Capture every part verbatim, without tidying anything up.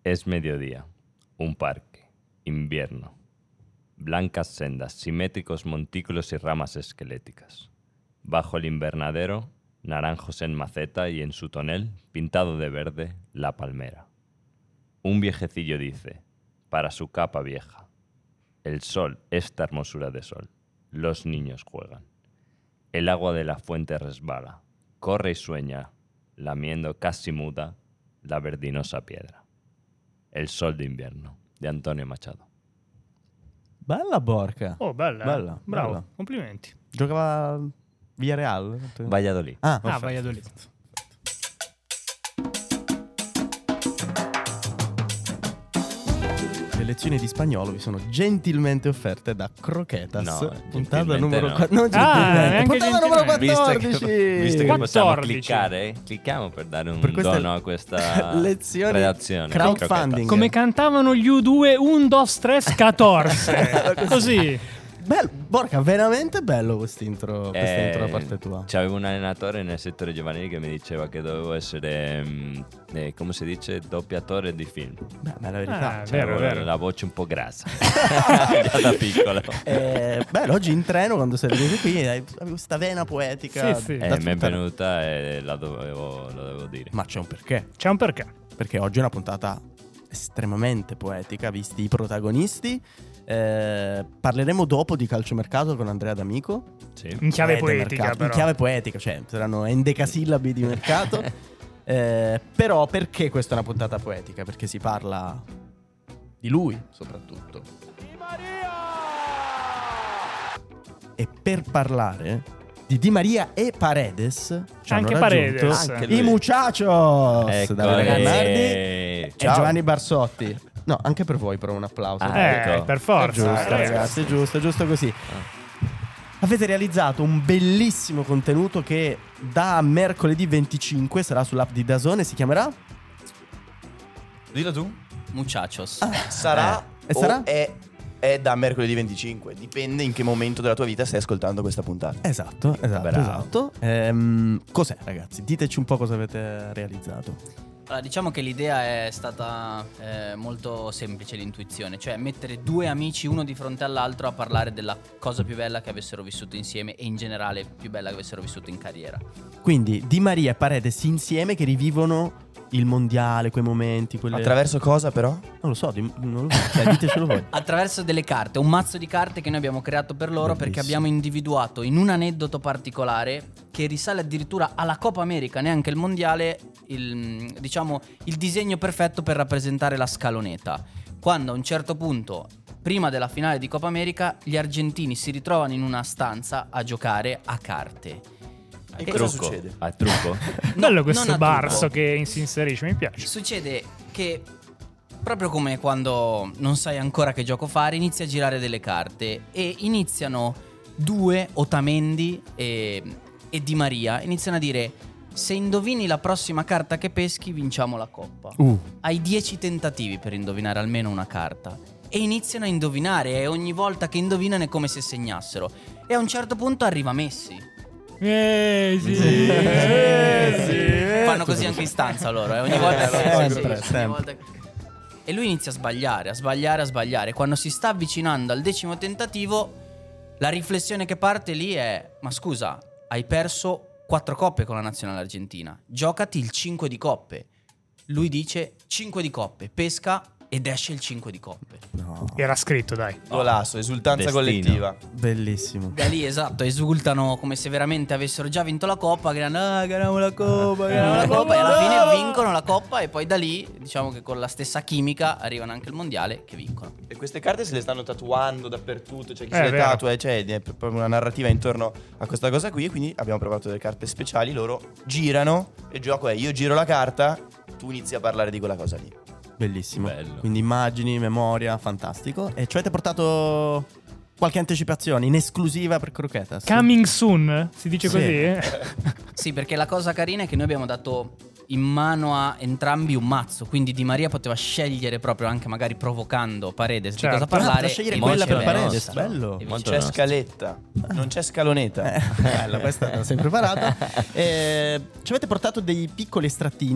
Es mediodía, un parque, invierno, blancas sendas, simétricos montículos y ramas esqueléticas. Bajo el invernadero, naranjos en maceta y en su tonel, pintado de verde, la palmera. Un viejecillo dice, para su capa vieja, el sol, esta hermosura de sol, los niños juegan. El agua de la fuente resbala, corre y sueña, lamiendo casi muda la verdinosa piedra. El sol d'inverno, di Antonio Machado. Bella Borca. Oh, bella. Bella, Bravo, bella. complimenti. Giocava via Real? Valladolid. Ah, Ah, perfetto. Valladolid. Le lezioni di spagnolo vi sono gentilmente offerte da Croquetas. No, puntata gentilmente numero no. qua- non Ah, gentilmente. neanche puntata numero gentilmente. Visto quattordici. che, visto che possiamo quattordici. cliccare, clicchiamo per dare un Per queste dono a questa lezioni redazione. crowdfunding. Come cantavano gli U due, un, dos, tres, catorce. Così. Bello, Borca, veramente bello quest'intro, questa Eh, intro da parte tua. C'avevo un allenatore nel settore giovanile che mi diceva che dovevo essere, mm, eh, come si dice, doppiatore di film. Beh, ma è la verità. Ah, Cioè, vero, avevo vero. la voce un po' grassa. Già da piccolo. Eh, bello, oggi in treno quando sei venuto qui hai avevi questa vena poetica. Sì, sì. Eh, da mi è tutta- venuta e la dovevo, lo devo dire. Ma c'è un perché. C'è un perché. Perché oggi è una puntata estremamente poetica, visti i protagonisti. Eh, parleremo dopo di calciomercato con Andrea D'Amico. Sì. In chiave Eh, del poetica, mercato. però. In chiave poetica, cioè saranno endecasillabi di mercato. Eh, però perché questa è una puntata poetica? Perché si parla di lui soprattutto. Di Maria! E per parlare di Di Maria e Paredes ci hanno Anche raggiunto Paredes. Anche i lui. muchachos Ecco, Davide Gannardi eh, e ciao. Giovanni Barsotti. No, anche per voi però un applauso. Ah, Eh, ecco. per È forza. giusto, eh. ragazzi, è giusto, è giusto così. Avete realizzato un bellissimo contenuto che da mercoledì venticinque sarà sull'app di DAZN e si chiamerà? Dillo tu. Muchachos. Sarà Eh, e sarà? o è, è da mercoledì venticinque. Dipende in che momento della tua vita stai ascoltando questa puntata. Esatto, esatto, Bravo. esatto. Ehm, cos'è, ragazzi? Diteci un po' cosa avete realizzato. Allora, diciamo che l'idea è stata eh, molto semplice, l'intuizione, cioè mettere due amici uno di fronte all'altro a parlare della cosa più bella che avessero vissuto insieme e in generale più bella che avessero vissuto in carriera. Quindi Di Maria e Paredes insieme che rivivono il mondiale, quei momenti, quelle... Attraverso cosa però? Non lo so, di- non lo so, cioè, ditecelo voi. Attraverso delle carte, un mazzo di carte che noi abbiamo creato per loro perché Bellissimo. abbiamo individuato in un aneddoto particolare che risale addirittura alla Coppa America, neanche il mondiale, il, diciamo, il disegno perfetto per rappresentare la scaloneta. Quando a un certo punto, prima della finale di Coppa America, gli argentini si ritrovano in una stanza a giocare a carte. E E- cosa Trucco. succede? A trucco? Bello non questo a barso trucco. che si inserisce, mi piace. Succede che proprio come quando non sai ancora che gioco fare, inizi a girare delle carte e iniziano due, Otamendi e, e Di Maria, iniziano a dire: se indovini la prossima carta che peschi vinciamo la coppa. Uh, Hai dieci tentativi per indovinare almeno una carta. E iniziano a indovinare e ogni volta che indovinano è come se segnassero. E a un certo punto arriva Messi. Eh, sì. Eh, sì. Fanno così anche in stanza loro, eh. Ogni volta che Sempre, sì, sì, ogni sempre. volta che- E lui inizia a sbagliare, a sbagliare, a sbagliare. Quando si sta avvicinando al decimo tentativo, la riflessione che parte lì è: ma scusa, hai perso quattro coppe con la nazionale argentina, giocati il cinque di coppe. Lui dice cinque di coppe, pesca ed esce il cinque di coppe. no, Era scritto, dai. Golasso, esultanza Destino. collettiva. bellissimo. Da lì, esatto, esultano come se veramente avessero già vinto la coppa, gridano: ah, ganaamo la coppa, ganaamo la coppa. E alla fine vincono la coppa e poi da lì, diciamo che con la stessa chimica arrivano anche il mondiale che vincono. E queste carte se le stanno tatuando dappertutto. C'è chi Eh, se le vero. tatua, e c'è è proprio una narrativa intorno a questa cosa qui. Quindi abbiamo provato delle carte speciali. Loro girano. E il gioco è: io giro la carta, tu inizi a parlare di quella cosa lì. Bellissimo. Bello. Quindi immagini, memoria, fantastico. E ci avete portato qualche anticipazione in esclusiva per Croquetas? Coming soon, si dice Sì. così? eh? Sì, perché la cosa carina è che noi abbiamo dato in mano a entrambi un mazzo, quindi Di Maria poteva scegliere proprio, anche magari provocando Paredes, Certo. di cosa Ah, parlare. poteva scegliere e quella vincere per la Paredes, nostra. bello. E Molto C'è nostro. scaletta, non c'è scaloneta. Eh, bella, questa l'ho sempre imparata. Eh, ci avete portato dei piccoli estrattini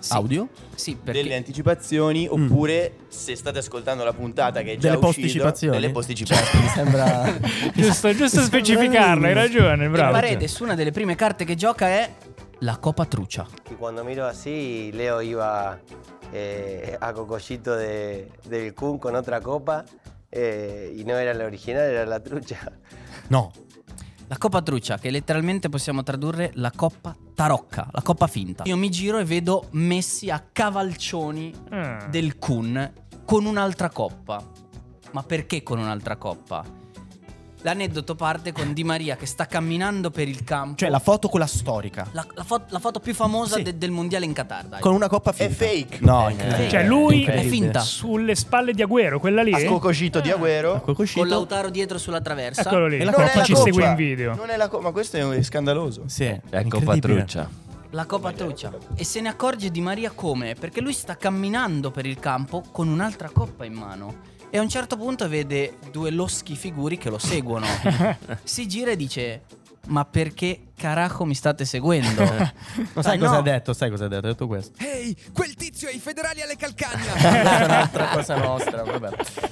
Sì. audio. Sì, perché delle anticipazioni, oppure se state ascoltando la puntata che è già Delle uscito, posticipazioni. delle posticipazioni. Mi sembra giusto, giusto specificarlo, hai ragione, bravo. Paredes, una delle prime carte che gioca è la Copa Trucha. Y cuando miro así, Leo iba eh, a Cocollito de, del Kun con otra copa eh, y no era la original, era la trucha. No. La Coppa Trucha, che letteralmente possiamo tradurre la Coppa Tarocca, la Coppa finta. Io mi giro e vedo Messi a cavalcioni Ah. del Kun con un'altra coppa. Ma perché con un'altra coppa? L'aneddoto parte con Di Maria che sta camminando per il campo. Cioè la foto quella storica. La, la fo- la foto più famosa Sì. de- del mondiale in Qatar, dai. Con una coppa È finta. fake. No, Eh, incredibile. Cioè lui È finta. sulle spalle di Agüero, quella lì. A scococito di Agüero. Ecco, coscito. Con Lautaro dietro sulla traversa. Eccolo lì. E la Coppa coppa ci coppa. segue in video. Non è la co- ma questo è scandaloso. Sì, Ecco incredibile. Patruccia. La Coppa Trucha. E se ne accorge Di Maria come? Perché lui sta camminando per il campo con un'altra coppa in mano. E a un certo punto vede due loschi figuri che lo seguono. Si gira e dice: ma perché carajo mi state seguendo? Ma sai Ah, cosa no. ha detto? Sai cosa ha detto? Ha detto questo. Ehi, quel tizio è i federali alle calcagna! Questa è un'altra cosa nostra, vabbè.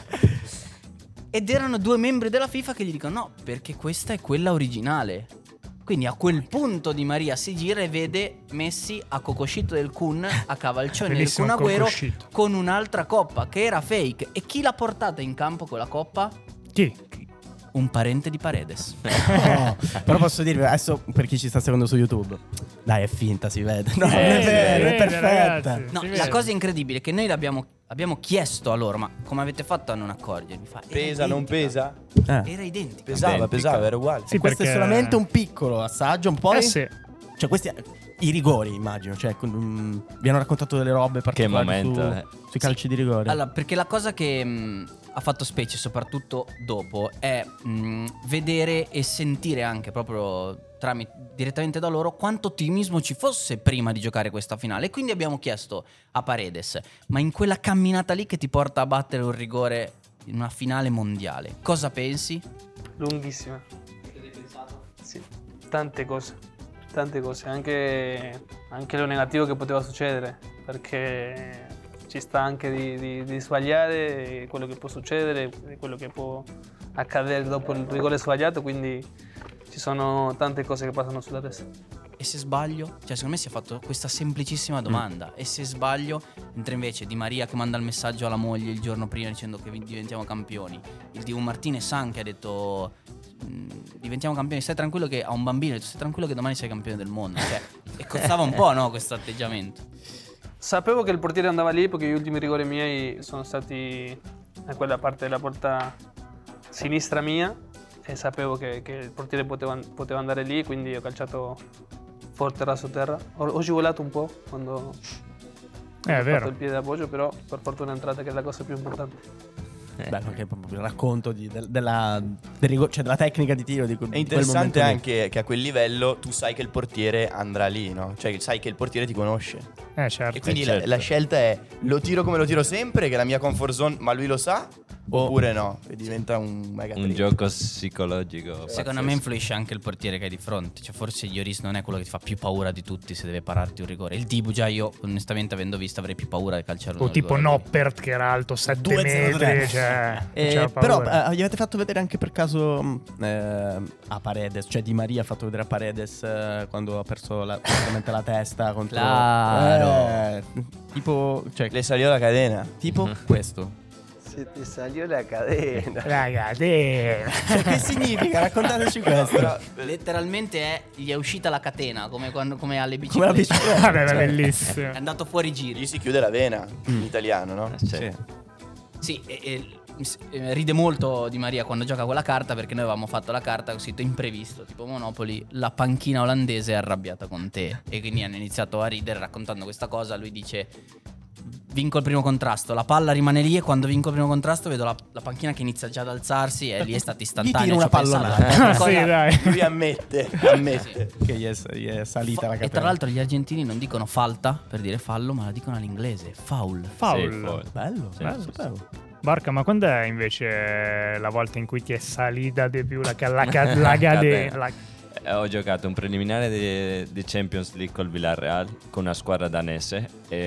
Ed erano due membri della FIFA che gli dicono: no, perché questa è quella originale. Quindi a quel punto Di Maria si gira e vede Messi a Cocoshito del Kun, a cavalcioni del Bellissimo Kun Agüero, Cocoshito. con un'altra coppa che era fake. E chi l'ha portata in campo quella coppa? Chi? Un parente di Paredes. No, però posso dirvi adesso per chi ci sta seguendo su YouTube. Dai, è finta, si vede. No, non Eh, è vero, è vede, perfetta. ragazzi. No, Si la vede. cosa incredibile è che noi l'abbiamo abbiamo chiesto a loro: ma come avete fatto a non accorgervi? Fa, era Pesa, non identica. pesa? Eh. Era identica. Pesava, Identica. pesava, era uguale. Sì, Questo perché- è solamente un piccolo assaggio, un po'. Eh sì. Cioè, questi i rigori, immagino. Cioè, con- mm, vi hanno raccontato delle robe particolari momento, su- eh. sui calci di rigore. Allora, perché la cosa che mh, ha fatto specie, soprattutto dopo, è mh, vedere e sentire anche proprio tramite, direttamente da loro quanto ottimismo ci fosse prima di giocare questa finale. E quindi abbiamo chiesto a Paredes: ma in quella camminata lì che ti porta a battere un rigore in una finale mondiale, cosa pensi? Lunghissima. Sì, tante cose, tante cose, anche, anche lo negativo che poteva succedere, perché ci sta anche di, di, di sbagliare, quello che può succedere, quello che può accadere dopo il rigore sbagliato, quindi ci sono tante cose che passano sulla testa. E se sbaglio? Cioè, secondo me si è fatto questa semplicissima domanda. E se sbaglio? Mentre invece Di Maria che manda il messaggio alla moglie il giorno prima dicendo che vi- diventiamo campioni. Il Dibu Martinez anche ha detto: "Mm, diventiamo campioni, stai tranquillo che ha un bambino, ha detto, stai tranquillo che domani sei campione del mondo." Cioè, e cozzava un po', no, questo atteggiamento. Sapevo che il portiere andava lì perché gli ultimi rigori miei sono stati a quella parte della porta sinistra mia e sapevo che, che il portiere poteva, poteva andare lì, quindi ho calciato forte raso terra. Ho, ho scivolato un po' quando Eh, è ho vero. fatto il piede d'appoggio, però per fortuna è entrata, che è la cosa più importante. Bello che è proprio il racconto di- del- della, del rigore, cioè della tecnica di tiro di quel, È di quel interessante momento lì. anche che a quel livello tu sai che il portiere andrà lì, no? Cioè sai che il portiere ti conosce. Eh, certo. E quindi Eh, la- certo. la, scelta è: lo tiro come lo tiro sempre, che è la mia comfort zone, ma lui lo sa? O- Oppure no? E diventa un mega Un trick. gioco psicologico. Secondo me influisce anche il portiere che hai di fronte. Cioè, forse Lloris non è quello che ti fa più paura di tutti se deve pararti un rigore. Il Dibu già io, onestamente, avendo visto, avrei più paura di calciare un O rigore. tipo Noppert che era alto sette due zero tre. metri. Cioè, Eh, c'era però paura. eh, gli avete fatto vedere anche per caso mh, eh, a Paredes, cioè Di Maria ha fatto vedere a Paredes eh, quando ha perso la, praticamente la testa contro Claro. Eh, tipo, cioè, Le salió la cadena. tipo questo. Se te salió la cadena. Raga, te- Cioè, che significa? Raccontateci questo. Però, Letteralmente è gli è uscita la catena, come, quando, come alle Come la biciclette. bicicletta. Vabbè, era bellissimo. È andato fuori giri. gli si chiude la vena in italiano, no? Sì. Sì. Sì, e, e- s- eh, ride molto Di Maria quando gioca quella carta, perché noi avevamo fatto la carta così imprevisto, tipo Monopoli, la panchina olandese è arrabbiata con te. E quindi hanno iniziato a ridere raccontando questa cosa. Lui dice: vinco il primo contrasto, la palla rimane lì e quando vinco il primo contrasto vedo la, la panchina che inizia già ad alzarsi e lì è stata istantanea. tira una ci ho pensato. pallonata. Una Sì, cosa- dai. Lui ammette, ammette. Che gli è, gli è salita la catena. E tra l'altro gli argentini non dicono falta per dire fallo, ma la dicono all'inglese, foul. Foul. Sì, foul. Bello, Sì, bello, sì, sapevo. Barca, ma quando è invece la volta in cui ti è salita di più la, ca- la, ca- la cadena? La- ho giocato un preliminare di, di Champions League col Villarreal con una squadra danese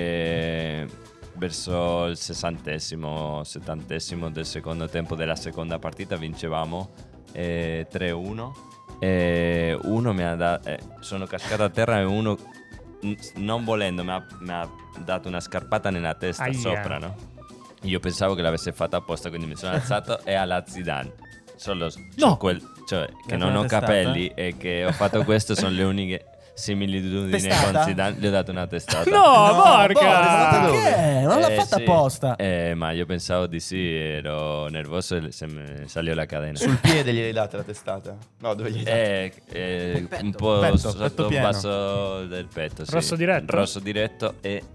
e verso il sessantesimo, settantesimo del secondo tempo della seconda partita vincevamo eh, tre uno e uno mi ha dato, eh, sono cascato a terra e uno n- non volendo mi ha, mi ha dato una scarpata nella testa Aia. sopra, no? Io pensavo che l'avesse fatta apposta, quindi mi sono alzato e alla Zidane. Solo No. quel, cioè, che Hai non una ho testata? capelli e che ho fatto questo sono le uniche similitudini Testata? con Zidane. Gli ho dato una testata. No, Boris, porca! ma perché? Non l'ha Eh, fatta sì. apposta. Eh, ma io pensavo di sì, ero nervoso e se mi salió la cadena. Sul piede gliel'hai data la testata? No, dove gli hai data? Eh, eh, petto. un po' Petto, sotto petto il pieno. basso del petto, sì. Rosso diretto? Rosso diretto e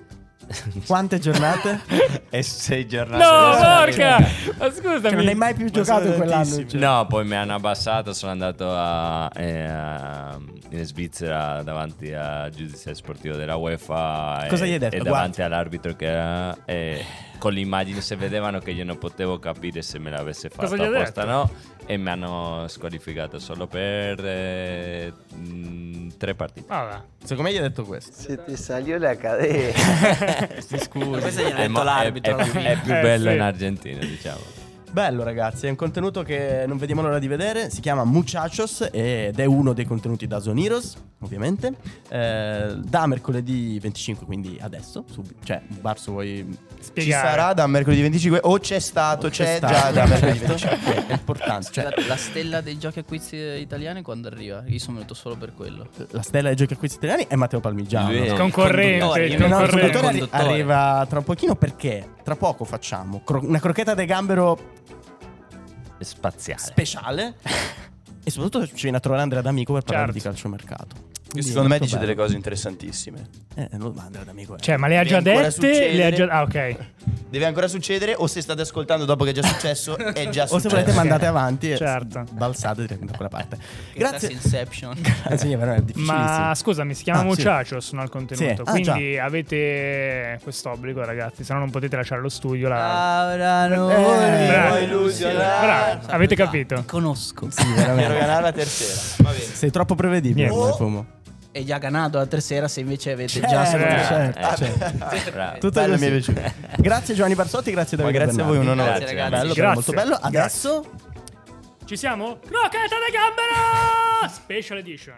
Quante giornate? e sei giornate. No, di- porca! Ma Cioè, scusami. non hai mai più giocato in quell'anno? Cioè. No, poi mi hanno abbassato, sono andato a, eh, a- in Svizzera davanti al giudice sportivo della UEFA Cosa e, gli hai detto? e Guarda. davanti all'arbitro che era e con le immagini se vedevano che io non potevo capire se me l'avesse Cosa fatto gli hai apposta o detto? no e mi hanno squalificato solo per eh, mh, tre partite. Vabbè. Secondo me gli hai detto questo. Se te salió la cadena. Questo gliel'ha Eh, detto ma è, l'arbitro. è alla più, fine. è più Eh, bello sì. in Argentina, diciamo. Bello ragazzi, è un contenuto che non vediamo l'ora di vedere. Si chiama Muchachos ed è uno dei contenuti da Zone Heroes, ovviamente. Eh, da mercoledì venticinque, quindi adesso. Subito. Cioè, Barso vuoi... Ci Spiegare. sarà da mercoledì venticinque o c'è stato, O c'è, c'è già stato, da mercoledì certo. venticinque. È importante. Cioè, Scusate, la stella dei giochi a quiz italiani quando arriva? Io sono venuto solo per quello. la stella dei giochi acquisti italiani è Matteo Palmigiano. Lui è- no? Concorrente, conduttore, il io No, no, il Concorrente. conduttore arri- Conduttore. arriva tra un pochino perché tra poco facciamo cro- una crocchetta de gambero Spaziale. speciale e soprattutto ci viene a trovare Andrea D'Amico per parlare Certo. di calciomercato. Quindi Secondo me molto dice bello. delle cose interessantissime. Eh, no, ma Andrea D'Amico è... Cioè, ma le ha già Deve ancora dette? Le ha succedere. già... Ah, ok. Deve ancora succedere o se state ascoltando dopo che è già successo è già o se successo. volete mandate avanti e Certo. balzate direttamente da quella parte. Grazie. Grazie. Inception. Eh, sì, però è difficilissimo. Ma scusami, si chiama Ah, sì. Muchachos, no, il contenuto. Sì. Ah, Quindi avete quest'obbligo, ragazzi. Se no, non potete lasciare lo studio. La... Ora Eh, noi bravo. illusionati. Bravo, avete capito? Ti conosco. Sì, Quiero veramente. ganar la tercera. Va bene. Sei troppo prevedibile, Niente. come fumo. E già ganato la terza se invece avete Certo, già certo, Eh, certo. bravo. Tutto Bello, così. mi è piaciuto. Grazie Giovanni Barsotti, grazie Ma Davide grazie a voi, un Bernardi. onore. Grazie, ragazzi. Bello, Grazie. bello, molto bello. Grazie. Adesso Ci siamo? Crocchetta de gambero! Special edition.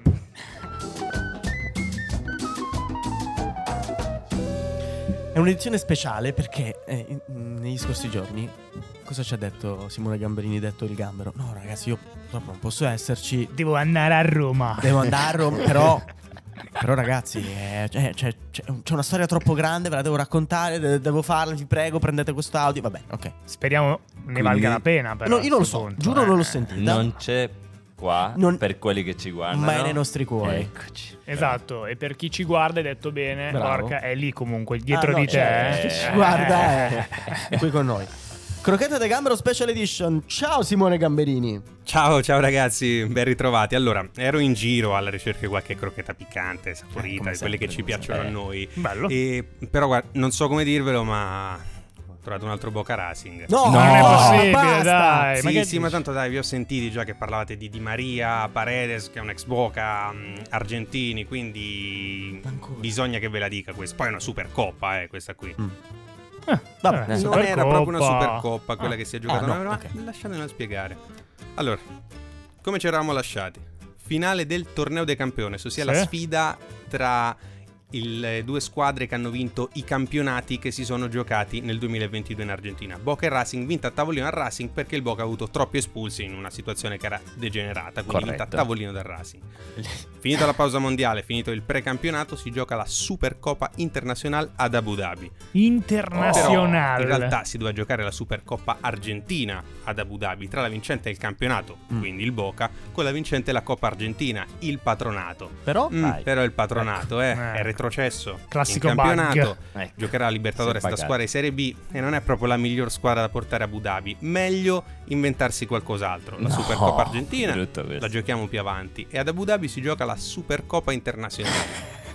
è un'edizione speciale perché eh, in- negli scorsi giorni cosa ci ha detto Simone Gamberini, detto il gambero? No ragazzi, io proprio non posso esserci, Devo andare a Roma. devo andare a Roma, però però ragazzi eh, c'è, c'è- c'è c'è una storia troppo grande, ve la devo raccontare, de- devo farla, vi prego prendete questo audio, va bene, ok. Speriamo ne valga la pena. Però, No, io non lo a so, questo punto, giuro eh. non l'ho sentita, Non c'è qua Non- per quelli che ci guardano. ma è nei nostri cuori. Eccoci. Esatto, e per chi ci guarda hai detto bene, Bravo. porca, è lì comunque, dietro Ah, no, di te. certo, eh. chi ci guarda è, è qui con noi. Crocchetta de Gambero Special Edition. Ciao Simone Gamberini. Ciao, ciao ragazzi, ben ritrovati. Allora, ero in giro alla ricerca di qualche crocchetta piccante, saporita, come di quelle che sempre, ci come piacciono a sempre. noi. Bello. E, però guarda, non so come dirvelo, ma ho trovato un altro Boca Racing. No, Non è possibile, basta. dai. Sì, ma che sì, ma dici? tanto dai, vi ho sentiti già che parlavate di Di Maria, Paredes, che è un ex Boca, mh, argentini, quindi Ancora. bisogna che ve la dica questa. Poi è una Supercoppa, eh, questa qui. Eh, Vabbè, eh, Non era proprio una Supercoppa. Supercoppa quella che si è giocata, Ah, no, no, ma ok. lasciatemelo spiegare. Allora, come ci eravamo lasciati? Finale del torneo dei campioni, ossia Sì. la sfida tra il- le due squadre che hanno vinto i campionati che si sono giocati nel duemilaventidue in Argentina. Boca e Racing, vinta a tavolino al Racing perché il Boca ha avuto troppi espulsi in una situazione che era degenerata, quindi vinta a Corretto. tavolino dal Racing. Finita la pausa mondiale, finito il precampionato, si gioca la Supercoppa Internazionale ad Abu Dhabi. Internazionale. Però in realtà si doveva giocare la Supercoppa Argentina ad Abu Dhabi tra la vincente del campionato, Mm. quindi il Boca, con la vincente la Coppa Argentina, il patronato. Però Mm, Dai. però il patronato eh, Ecco. è retrocesso Classico in campionato, bug. Ecco. giocherà la Libertadores Si è sta pagato. squadra di Serie B e non è proprio la miglior squadra da portare a Abu Dhabi. Meglio inventarsi qualcos'altro. La No, Supercoppa Argentina brutto questo. la giochiamo più avanti e ad Abu Dhabi si gioca la Supercoppa Internazionale.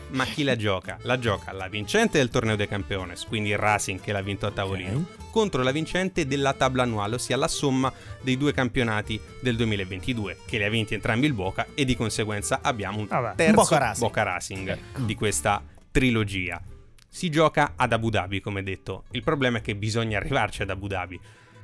Ma chi la gioca? La gioca la vincente del torneo dei Campeones, quindi il Racing che l'ha vinto a tavolino, okay, contro la vincente della tabla annuale, ossia la somma dei due campionati del duemilaventidue, che li ha vinti entrambi il Boca, e di conseguenza abbiamo un Vabbè. terzo Boca Racing, Boca Racing ecco. di questa trilogia. Si gioca ad Abu Dhabi, come detto. Il problema è che bisogna arrivarci ad Abu Dhabi.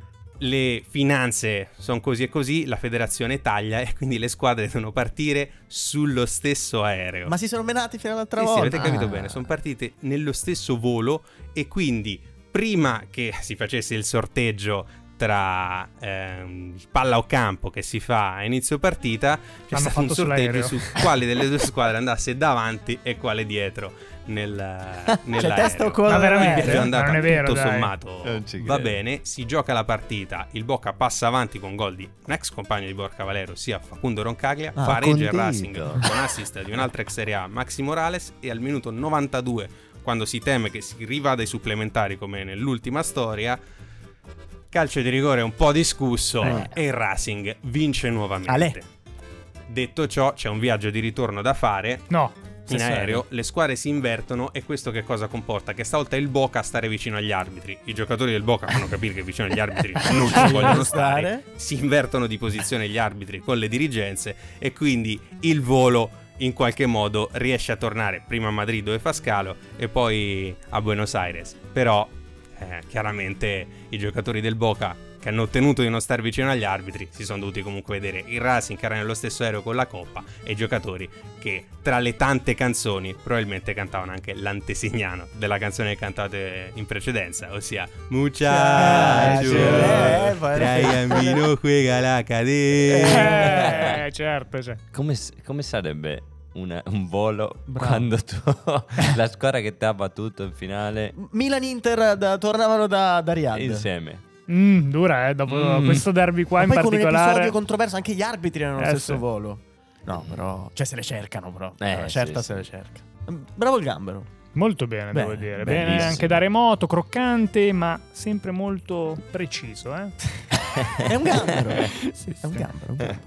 Le finanze sono così e così, la federazione taglia e quindi le squadre devono partire sullo stesso aereo. Ma si sono menati fino all'altra sì, volta. Sì, avete capito ah. bene, sono partite nello stesso volo e quindi prima che si facesse il sorteggio tra ehm, palla o campo che si fa a inizio partita, c'è Hanno stato un fatto sorteggio sull'aereo. su quale delle due squadre andasse davanti e quale dietro nel, nell'aereo. C'è testa o coda? Ma veramente? Il viaggio è andato Non è vero, tutto dai. sommato Non ci va credo. bene, si gioca la partita, il Boca passa avanti con gol di un ex compagno di Borca Valero, sia Facundo Roncaglia, Ah, pareggia il condito. Racing con assist di un altro ex Serie A, Maxi Morales, e al minuto novantadue, quando si teme che si rivada ai supplementari come nell'ultima storia, calcio di rigore un po' discusso Eh. e il Racing vince nuovamente. Ale. Detto ciò, c'è un viaggio di ritorno da fare No. in Stesso aereo, aereo. le squadre si invertono e questo che cosa comporta? Che stavolta è il Boca a stare vicino agli arbitri. I giocatori del Boca fanno capire che vicino agli arbitri non ci vogliono stare, si invertono di posizione gli arbitri con le dirigenze e quindi il volo in qualche modo riesce a tornare prima a Madrid dove fa scalo e poi a Buenos Aires. Però eh, chiaramente i giocatori del Boca, che hanno ottenuto di non stare vicino agli arbitri, si sono dovuti comunque vedere il Racing che era nello stesso aereo con la Coppa e i giocatori che tra le tante canzoni probabilmente cantavano anche l'antesignano della canzone che cantate in precedenza, ossia Muchacho, Eh, poi- traiami no juega la cadena. Eh, certo, cioè. Come, s- come sarebbe una- un volo Bravo. quando tu la squadra che ti ha battuto in finale Milan-Inter da- tornavano da, da Riyadh. insieme? Mm, dura, eh, dopo Mm. questo derby qua Ma in poi con un particolare. episodio controverso, anche gli arbitri erano Eh, allo stesso sì. volo. No, però. Cioè, se le cercano, però. Eh, Una sì, certa sì. se le cerca. Bravo il gambero. Molto bene, Bene, devo dire. bellissimo. Bene anche da remoto, croccante, ma sempre molto preciso, eh. È un gambero. Sì, È un sì. gambero. Un gambero.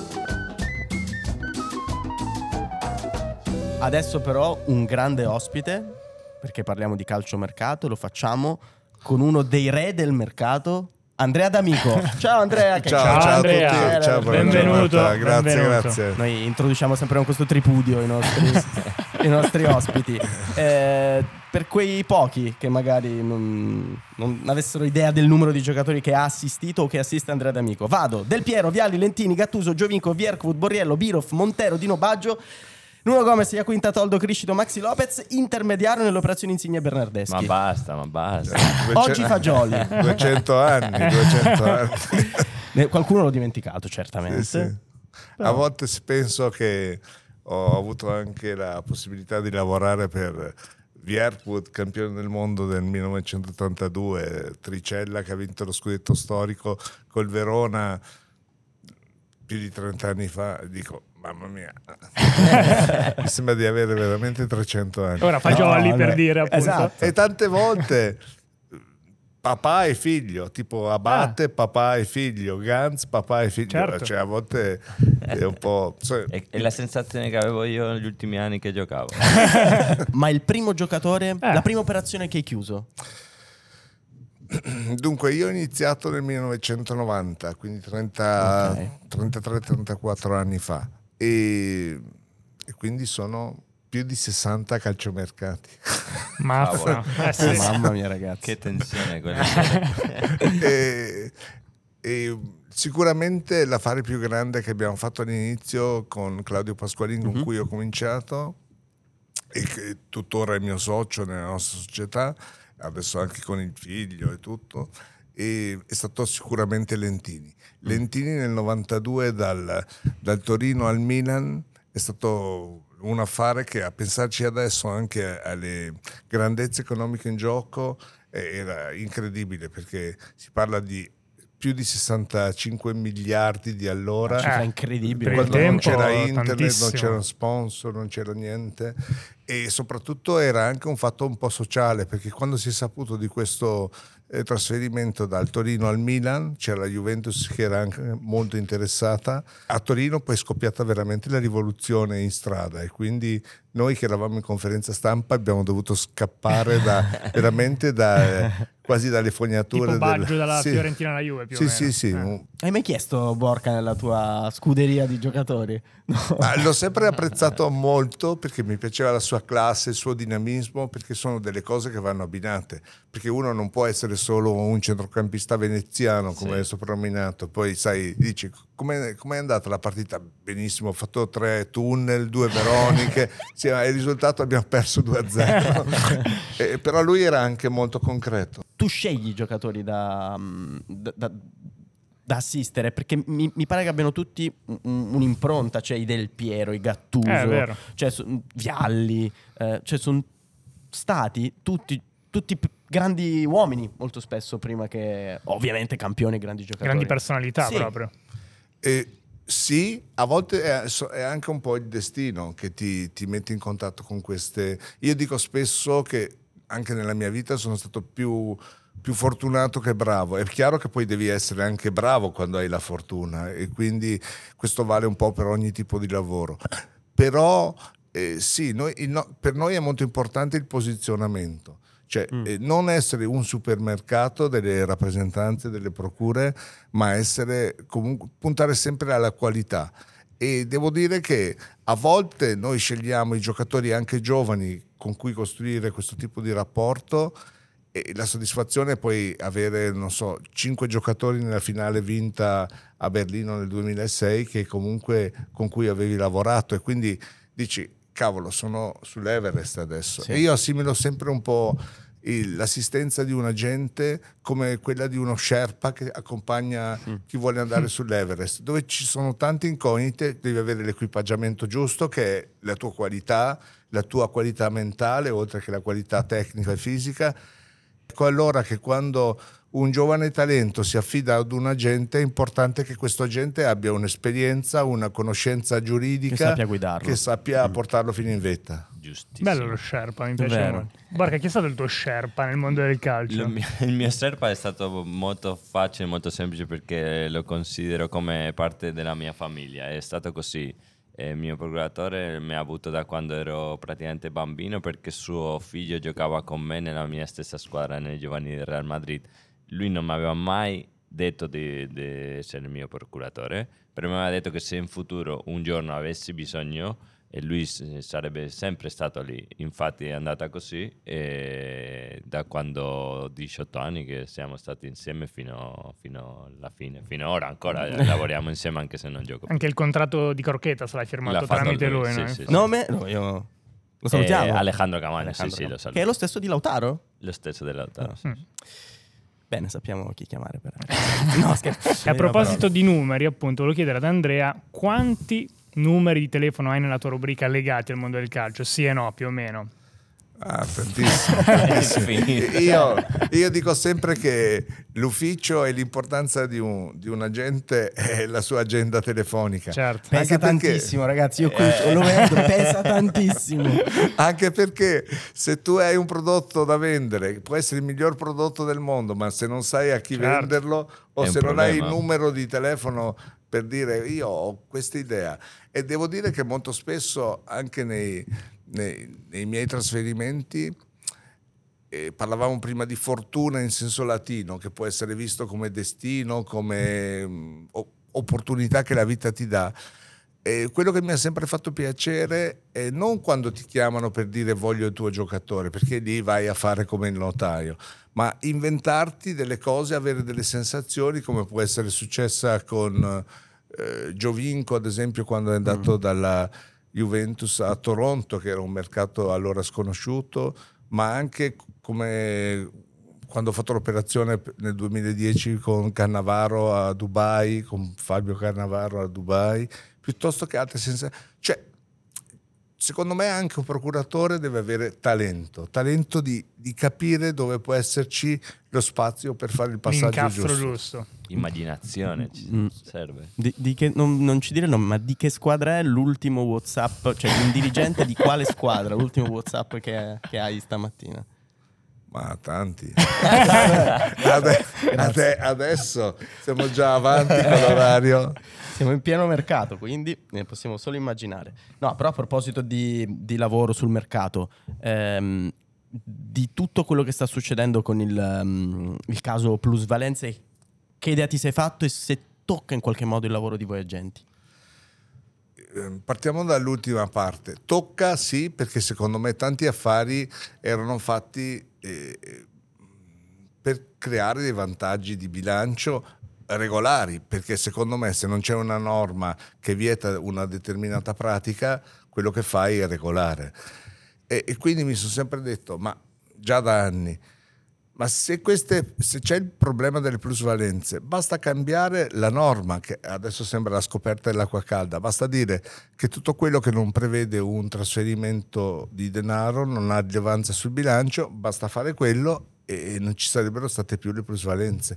Adesso, però, un grande ospite. Perché parliamo di calciomercato. Lo facciamo con uno dei re del mercato, Andrea D'Amico. Ciao Andrea. che- Ciao, Ciao, ciao, Andrea. a tutti. Ciao, buona Benvenuto, giornata. Grazie, benvenuto. grazie. Noi introduciamo sempre con questo tripudio i nostri, i nostri ospiti. Eh, per quei pochi che magari non, non avessero idea del numero di giocatori che ha assistito o che assiste Andrea D'Amico, vado: Del Piero, Vialli, Lentini, Gattuso, Giovinco, Vierkwood, Borriello, Birov, Montero, Dino Baggio, Nuno Gomez, Iaquinta, Toldo, Criscito, Maxi Lopez, intermediario nelle operazioni Insigne Bernardeschi. Ma basta, ma basta. Oggi Fagioli. duecento anni, duecento anni. Ne- Qualcuno l'ho dimenticato, certamente. Sì, sì. Però- A volte si penso che ho avuto anche la possibilità di lavorare per Vierkwood, campione del mondo del millenovecentottantadue, Tricella che ha vinto lo scudetto storico col Verona più di trenta anni fa. Dico, mamma mia, mi sembra di avere veramente trecento anni. Ora Fagioli No, per no, dire, appunto. esatto. E tante volte papà e figlio, tipo Abate, papà e figlio, Gantz, papà e figlio. Certo. Cioè a volte è un po'... cioè, È, è la sensazione che avevo io negli ultimi anni che giocavo. Ma il primo giocatore, Eh. la prima operazione che hai chiuso? Dunque, io ho iniziato nel millenovecentonovanta, quindi trenta, Ok. trentatré trentaquattro anni fa. E, e quindi sono più di sessanta calciomercati. Mazza. Eh, sì. Mamma mia, ragazzi. Che tensione quella. e, e sicuramente l'affare più grande che abbiamo fatto all'inizio con Claudio Pasqualin, con Mhm. cui ho cominciato e che tuttora è mio socio nella nostra società, adesso anche con il figlio e tutto, e è stato sicuramente Lentini. Lentini nel novantadue dal, dal Torino al Milan è stato un affare che, a pensarci adesso anche alle grandezze economiche in gioco, eh, era incredibile, perché si parla di più di sessantacinque miliardi di allora. Cifra Eh, incredibile. per il Quando non tempo, c'era internet, tantissimo. non c'era sponsor, non c'era niente. e soprattutto era anche un fatto un po' sociale, perché quando si è saputo di questo eh, trasferimento dal Torino al Milan, c'era la Juventus che era anche molto interessata, a Torino poi è scoppiata veramente la rivoluzione in strada, e quindi noi che eravamo in conferenza stampa abbiamo dovuto scappare da, veramente da, eh, quasi dalle fognature. Tipo Baggio del... dalla sì. Fiorentina alla Juve più sì, o meno. Sì, sì, eh. Hai mai chiesto Borca nella tua scuderia di giocatori? No. Ah, l'ho sempre apprezzato molto, perché mi piaceva la sua classe, il suo dinamismo, perché sono delle cose che vanno abbinate, perché uno non può essere solo un centrocampista veneziano come Sì. è soprannominato, poi sai, dici com'è, com'è andata la partita? Benissimo, ho fatto tre tunnel, due veroniche, sì, ma il risultato abbiamo perso due a zero. eh, però lui era anche molto concreto. Tu scegli i giocatori da, da, da, da assistere, perché mi, mi pare che abbiano tutti un- un'impronta, cioè i Del Piero, i Gattuso, Eh, è vero. cioè su- Vialli, eh, cioè sono stati tutti, tutti p- grandi uomini molto spesso, prima che ovviamente campioni e grandi giocatori. Grandi personalità Sì. proprio. E sì, a volte è, so- è anche un po' il destino che ti, ti mette in contatto con queste. Io dico spesso che anche nella mia vita sono stato più, più fortunato che bravo. È chiaro che poi devi essere anche bravo quando hai la fortuna, e quindi questo vale un po' per ogni tipo di lavoro. Però eh, sì, noi, il no- per noi è molto importante il posizionamento. Cioè eh, non essere un supermercato delle rappresentanze, delle procure, ma essere comunque puntare sempre alla qualità. E devo dire che a volte noi scegliamo i giocatori anche giovani con cui costruire questo tipo di rapporto, e la soddisfazione è poi avere, non so, cinque giocatori nella finale vinta a Berlino nel duemilasei che comunque con cui avevi lavorato, e quindi dici cavolo, sono sull'Everest adesso. Sì. E io assimilo sempre un po' il- l'assistenza di un agente come quella di uno Sherpa che accompagna chi vuole andare sull'Everest, dove ci sono tante incognite, devi avere l'equipaggiamento giusto, che è la tua qualità, la tua qualità mentale, oltre che la qualità tecnica e fisica. Ecco allora che quando un giovane talento si affida ad un agente, è importante che questo agente abbia un'esperienza, una conoscenza giuridica, Che sappia guidarlo. che sappia portarlo fino in vetta. Giustissimo. Bello lo Sherpa, mi piace Vero. molto. Borca, chi è stato il tuo Sherpa nel mondo del calcio? Il mio, il mio Sherpa è stato molto facile, molto semplice, perché lo considero come parte della mia famiglia. È stato così. Eh, Il mio procuratore mi ha avuto da quando ero praticamente bambino, perché suo figlio giocava con me nella mia stessa squadra nei giovani del Real Madrid. Lui non mi aveva mai detto di, di essere il mio procuratore, però mi aveva detto che se in futuro un giorno avessi bisogno, e lui s- sarebbe sempre stato lì. Infatti è andata così, e da quando ho diciotto anni che siamo stati insieme fino, fino alla fine. Fino ora ancora eh, lavoriamo insieme anche se non gioco più. Anche il contratto di Crocchetta se l'hai firmato L'ha fatto tramite lui, lui, sì, no? sì, sì. Nome? No, io lo salutiamo. Eh, Alejandro Camaño, Alejandro sì, sì, lo Camaño. saluto. Che è lo stesso di Lautaro? Lo stesso dell'Autaro. Ah. Bene, sappiamo chi chiamare per no, scherzo. E a proposito di numeri, appunto, volevo chiedere ad Andrea quanti numeri di telefono hai nella tua rubrica legati al mondo del calcio? Sì e no, più o meno. Ah, tantissimo, tantissimo. Finito. io, io dico sempre che l'ufficio e l'importanza di un, di un agente è la sua agenda telefonica. Certo. Pesa Anche perché- tantissimo, ragazzi. Io qui lo vedo, pesa tantissimo. Anche perché se tu hai un prodotto da vendere, può essere il miglior prodotto del mondo, ma se non sai a chi Certo. venderlo, o È un se non hai il problema. numero di telefono per dire io ho questa idea. E devo dire che molto spesso anche nei, nei- nei miei trasferimenti, eh, parlavamo prima di fortuna in senso latino, che può essere visto come destino, come mh, o- opportunità che la vita ti dà. E quello che mi ha sempre fatto piacere è non quando ti chiamano per dire voglio il tuo giocatore, perché lì vai a fare come il notaio, ma inventarti delle cose, avere delle sensazioni, come può essere successa con eh, Giovinco, ad esempio, quando è andato Mm. dalla Juventus a Toronto, che era un mercato allora sconosciuto, ma anche come quando ho fatto l'operazione nel duemiladieci con Cannavaro a Dubai, con Fabio Cannavaro a Dubai, piuttosto che altre sensazioni. Cioè, secondo me anche un procuratore deve avere talento, talento di, di capire dove può esserci lo spazio per fare il passaggio L'incastro giusto. giusto. Immaginazione ci Mm. serve. Di, di che, non, non ci dire il nome, ma di che squadra è l'ultimo WhatsApp? Cioè, un dirigente di quale squadra? L'ultimo WhatsApp che, che hai stamattina? Ma tanti. Ade- ade- adesso siamo già avanti con l'orario. Siamo in pieno mercato, quindi ne possiamo solo immaginare. No, però a proposito di, di lavoro sul mercato, ehm, di tutto quello che sta succedendo con il, um, il caso plusvalenze, che idea ti sei fatto e se tocca in qualche modo il lavoro di voi agenti? Partiamo dall'ultima parte. Tocca sì, perché secondo me tanti affari erano fatti eh, per creare dei vantaggi di bilancio regolari, perché secondo me se non c'è una norma che vieta una determinata pratica, quello che fai è regolare. E, e quindi mi sono sempre detto, ma già da anni, ma se, queste, se c'è il problema delle plusvalenze, basta cambiare la norma, che adesso sembra la scoperta dell'acqua calda, basta dire che tutto quello che non prevede un trasferimento di denaro non ha rilevanza sul bilancio, basta fare quello e non ci sarebbero state più le plusvalenze.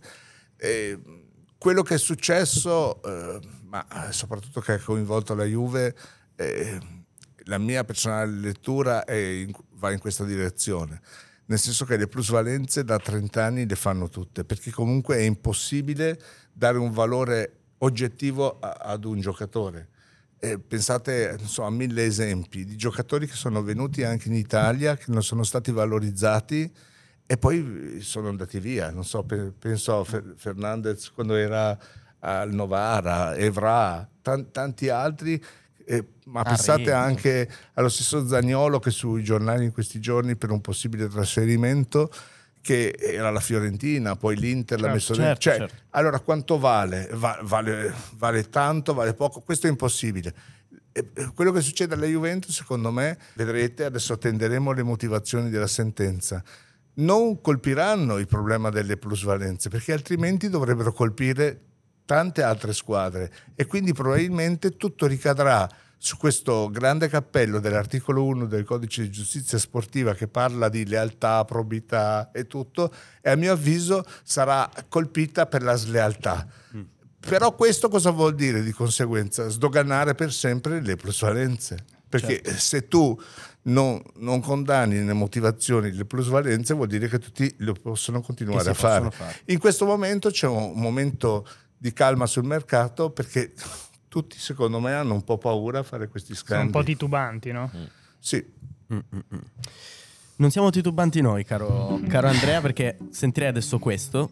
E quello che è successo, eh, ma soprattutto che ha coinvolto la Juve, eh, la mia personale lettura è in, va in questa direzione. Nel senso che le plusvalenze da trenta anni le fanno tutte, perché comunque è impossibile dare un valore oggettivo a, ad un giocatore. Eh, pensate non so, a mille esempi di giocatori che sono venuti anche in Italia, che non sono stati valorizzati e poi sono andati via. Non so, pe- penso a Fer- Fernandez quando era al Novara, Evra, tan- tanti altri. Eh, ma Ah, pensate Rio. anche allo stesso Zaniolo che sui giornali in questi giorni per un possibile trasferimento, che era la Fiorentina, poi l'Inter l'ha Certo, messo certo, dentro. Cioè, certo. allora quanto vale? Va- vale? Vale tanto, vale poco? Questo è impossibile. E quello che succede alla Juventus, secondo me, vedrete, adesso attenderemo le motivazioni della sentenza, non colpiranno il problema delle plusvalenze, perché altrimenti dovrebbero colpire tante altre squadre e quindi probabilmente tutto ricadrà su questo grande cappello dell'articolo uno del codice di giustizia sportiva che parla di lealtà, probità e tutto, e a mio avviso sarà colpita per la slealtà. Mm. Però questo cosa vuol dire di conseguenza? Sdoganare per sempre le plusvalenze, perché certo. se tu non, non condanni nelle motivazioni le plusvalenze vuol dire che tutti lo possono continuare a fare. fare. In questo momento c'è un momento di calma sul mercato perché tutti secondo me hanno un po' paura a fare questi scambi. Sono un po' titubanti, no? Mm. Sì. Mm-mm. Non siamo titubanti noi, caro, caro Andrea, perché sentirei adesso questo,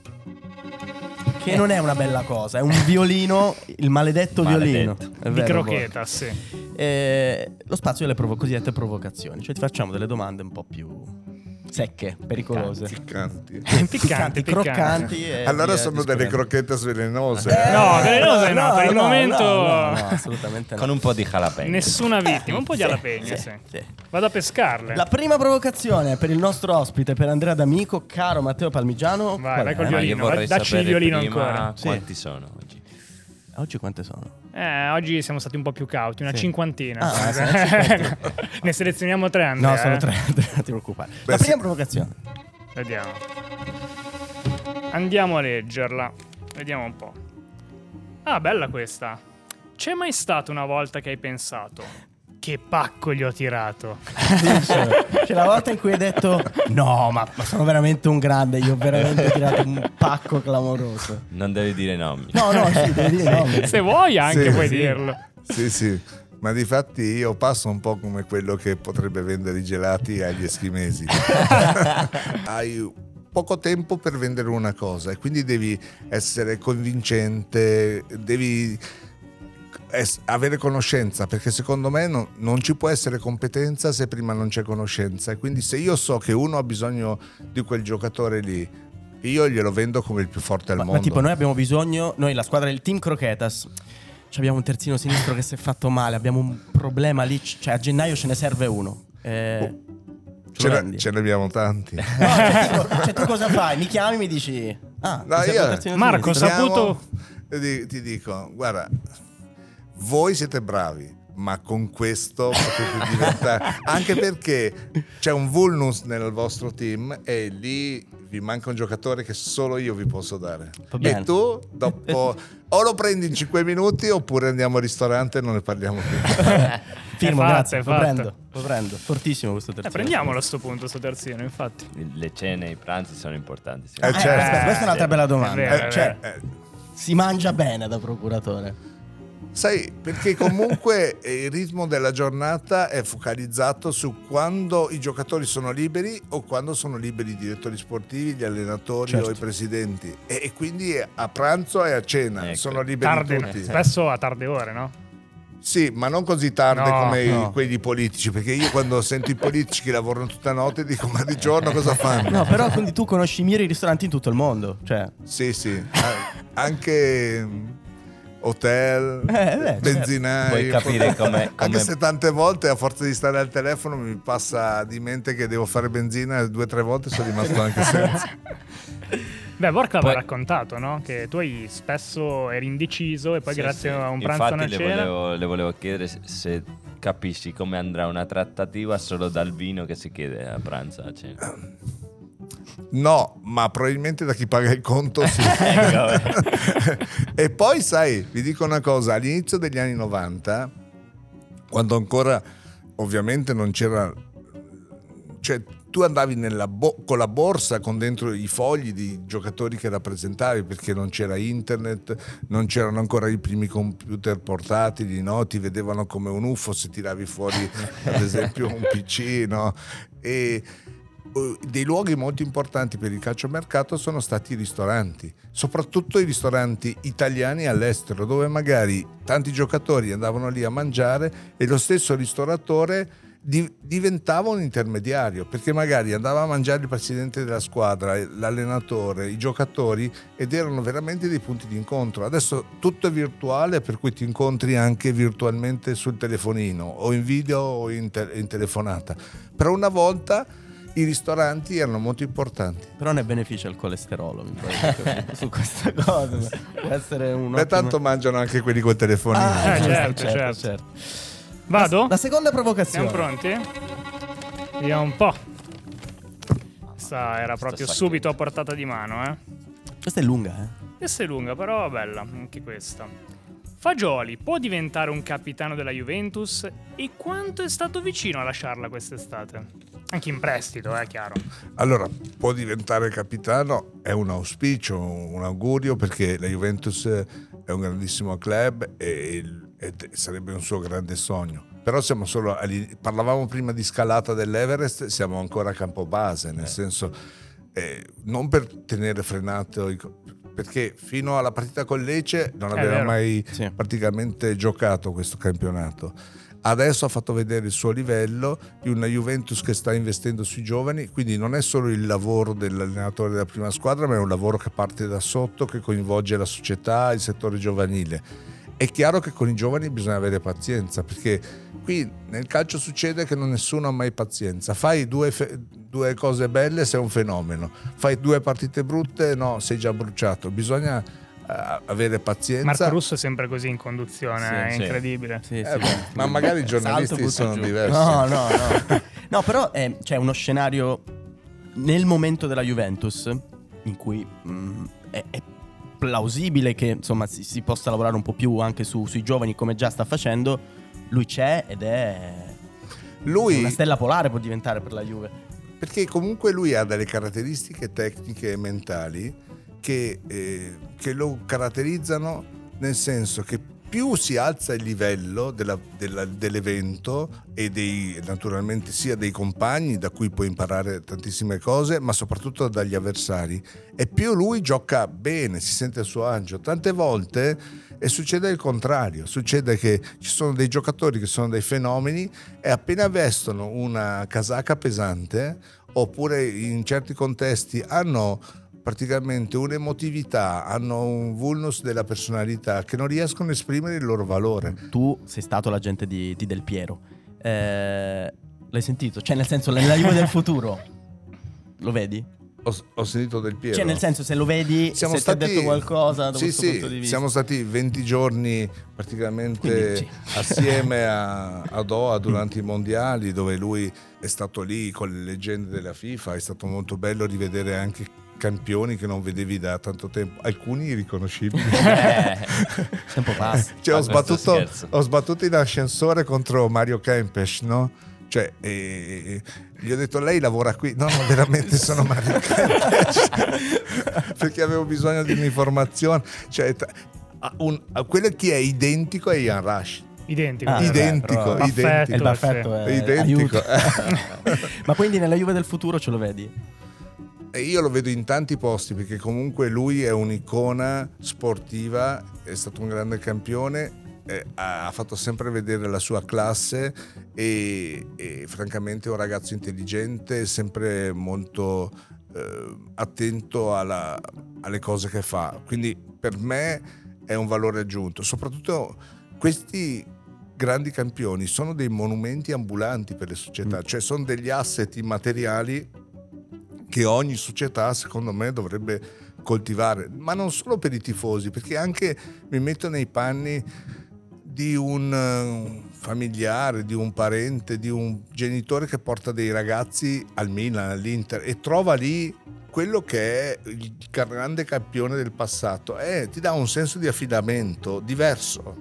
che non è una bella cosa, è un violino, il maledetto, maledetto. violino. È di vero, crocheta, boh. sì. E lo spazio delle provo- cosiddette provocazioni, cioè ti facciamo delle domande un po' più secche, pericolose, piccanti, piccanti, piccanti croccanti. E allora sono delle crocchette velenose. Eh, no, velenose no, no, per il no, momento no, no, no, assolutamente no. Con un po' di jalapeno. Nessuna vittima, un po' di jalapeno, sì, sì, sì. Vado a pescarle. La prima provocazione per il nostro ospite, per Andrea D'Amico, caro Matteo Palmigiano. Vai, vai col No, violino, io vorrei dacci il sapere violino prima ancora. quanti Sì. sono oggi. Oggi quante sono? Eh, oggi siamo stati un po' più cauti, una Sì. cinquantina. Ah, sì, una cinquantina. Ne selezioniamo tre, Andrea. No, sono eh. tre, non ti preoccupare. Beh, La prima sì. provocazione. Vediamo. Andiamo a leggerla. Vediamo un po'. Ah, bella questa. C'è mai stata una volta che hai pensato che pacco gli ho tirato? C'è la volta in cui hai detto no, ma, ma sono veramente un grande, io ho veramente tirato un pacco clamoroso. Non devi dire nomi. No, no, sì, devi dire no. Se vuoi anche Sì, puoi sì. dirlo. Sì, sì. Ma difatti io passo un po' come quello che potrebbe vendere i gelati agli eschimesi. Hai poco tempo per vendere una cosa e quindi devi essere convincente, devi es- avere conoscenza, perché secondo me no, non ci può essere competenza se prima non c'è conoscenza. E quindi se io so che uno ha bisogno di quel giocatore lì, io glielo vendo come il più forte al Ma, mondo. ma tipo noi abbiamo bisogno, noi la squadra del team Croquetas, abbiamo un terzino sinistro che si è fatto male, abbiamo un problema lì, cioè a gennaio ce ne serve uno. Eh, Ce ne, ce ne abbiamo tanti. No, cioè, tipo, cioè tu cosa fai? Mi chiami e mi dici ah, No, mi serve io- un terzino Marco, sinistro. saputo- Ti, ti dico, guarda, voi siete bravi, ma con questo potete diventare, anche perché c'è un vulnus nel vostro team e lì vi manca un giocatore che solo io vi posso dare. E tu dopo o lo prendi in cinque minuti oppure andiamo al ristorante e non ne parliamo più. Firmo, fatto, grazie, è lo fatto. prendo, lo prendo. Fortissimo questo terzino. Eh, prendiamolo a sto punto, sto terzino, infatti. Le cene e i pranzi sono importanti. sì. Eh, certo. Aspetta, questa è un'altra bella domanda. È vero, è Cioè, Eh, si mangia bene da procuratore? Sai, perché comunque il ritmo della giornata è focalizzato su quando i giocatori sono liberi o quando sono liberi i direttori sportivi, gli allenatori Certo. o i presidenti. E, e quindi a pranzo e a cena Ecco. sono liberi Tarde, tutti. spesso a tarde ore, no? Sì, ma non così tardi No, come i- no. quelli politici, perché io quando sento i politici che lavorano tutta notte dico ma di giorno cosa fanno? No, però quindi tu conosci i migliori ristoranti in tutto il mondo. Cioè, Sì, sì, a- anche mm, hotel, Eh, beh, benzinai. Puoi capire come- Anche come- se tante volte a forza di stare al telefono mi passa di mente che devo fare benzina e due o tre volte sono rimasto anche senza. Beh, Borca Poi- aveva raccontato, no? Che tu hai spesso eri indeciso e poi Sì, grazie sì. a un pranzo e una Infatti le cena. volevo, le volevo chiedere se, se capisci come andrà una trattativa solo dal vino che si chiede a pranzo a cena. No, ma probabilmente da chi paga il conto sì. E poi sai, vi dico una cosa, all'inizio degli anni novanta, quando ancora ovviamente non c'era, cioè tu andavi nella bo- con la borsa con dentro i fogli di giocatori che rappresentavi, perché non c'era internet, non c'erano ancora i primi computer portatili, no? Ti vedevano come un U F O se tiravi fuori ad esempio un P C, no? E eh, dei luoghi molto importanti per il calciomercato sono stati i ristoranti, soprattutto i ristoranti italiani all'estero, dove magari tanti giocatori andavano lì a mangiare e lo stesso ristoratore di- diventava un intermediario, perché magari andava a mangiare il presidente della squadra, l'allenatore, i giocatori, ed erano veramente dei punti di incontro. Adesso tutto è virtuale, per cui ti incontri anche virtualmente sul telefonino o in video o in, te- in telefonata. Però una volta i ristoranti erano molto importanti. però ne beneficia il colesterolo, mi pare, su questa cosa. Può essere un Beh, tanto mangiano anche quelli col telefonino. Ah, Eh, giusto, certo, certo, certo. certo. Vado? La seconda provocazione. Siamo pronti? Vediamo un po'. Questa era proprio sacchino. subito a portata di mano, eh. Questa è lunga, eh. Questa è lunga, però bella, anche questa. Fagioli può diventare un capitano della Juventus e quanto è stato vicino a lasciarla quest'estate? Anche in prestito, è chiaro. Allora, può diventare capitano, è un auspicio, un augurio, perché la Juventus è un grandissimo club e, e sarebbe un suo grande sogno. Però siamo solo all'in- parlavamo prima di scalata dell'Everest, siamo ancora a campo base, nel senso eh, non per tenere frenato i co- perché fino alla partita con Lecce non È aveva vero. mai Sì. praticamente giocato questo campionato. Adesso ha fatto vedere il suo livello di una Juventus che sta investendo sui giovani, quindi non è solo il lavoro dell'allenatore della prima squadra, ma è un lavoro che parte da sotto, che coinvolge la società, il settore giovanile. È chiaro che con i giovani bisogna avere pazienza, perché qui nel calcio succede che non nessuno ha mai pazienza. Fai due, fe- due cose belle, sei un fenomeno. Fai due partite brutte, no, sei già bruciato. Bisogna eh, avere pazienza. Marco Russo è sempre così in conduzione, Sì, è sì. incredibile. Sì, Eh sì. beh, ma magari i giornalisti Salto, butto sono giù. diversi. No, no, no. No, però è, c'è uno scenario nel momento della Juventus in cui mh, è, è plausibile che insomma si, si possa lavorare un po' più anche su- sui giovani, come già sta facendo. Lui c'è ed è Lui, una stella polare, può diventare per la Juve. perché comunque lui ha delle caratteristiche tecniche e mentali che, eh, che lo caratterizzano, nel senso che più si alza il livello della- della- dell'evento e dei, naturalmente sia dei compagni da cui puoi imparare tantissime cose, ma soprattutto dagli avversari, e più lui gioca bene, si sente a suo agio. Tante volte e succede il contrario, succede che ci sono dei giocatori che sono dei fenomeni e appena vestono una casacca pesante, oppure in certi contesti hanno praticamente un'emotività, hanno un vulnus della personalità che non riescono a esprimere il loro valore. Tu sei stato l'agente di, di Del Piero. Eh, l'hai sentito? Cioè, nel senso, nella Juve del futuro lo vedi? Ho, ho sentito Del Piero. Cioè, nel senso, se lo vedi, siamo se stati, ti ha detto qualcosa da sì, questo sì, punto di vista. siamo stati venti giorni praticamente Quindi, sì. assieme a, a Doha durante i mondiali, dove lui è stato lì con le leggende della FIFA. È stato molto bello rivedere anche campioni che non vedevi da tanto tempo, alcuni irriconoscibili. Eh, tempo passa. Cioè, ho, Ah, questo sbattuto, scherzo. ho sbattuto in ascensore contro Mario Kempes, no? Cioè, e, gli ho detto, lei lavora qui? No, no, veramente sono Mario Kempes. Perché avevo bisogno di un'informazione. Cioè, t- a un, a quello chi è identico è Ian Rush. Identico. Ah, identico, vabbè, identico. Baffetto, Il baffetto sì. è Identico. aiuta. Ma quindi nella Juve del futuro ce lo vedi? E io lo vedo in tanti posti, perché comunque lui è un'icona sportiva, è stato un grande campione, eh, ha fatto sempre vedere la sua classe e, e francamente è un ragazzo intelligente, sempre molto eh, attento alla- alle cose che fa. Quindi per me è un valore aggiunto. Soprattutto questi grandi campioni sono dei monumenti ambulanti per le società, cioè sono degli asset immateriali che ogni società secondo me dovrebbe coltivare, ma non solo per i tifosi, perché anche mi metto nei panni di un eh, familiare, di un parente, di un genitore che porta dei ragazzi al Milan, all'Inter e trova lì quello che è il grande campione del passato. Eh, ti dà un senso di affidamento diverso.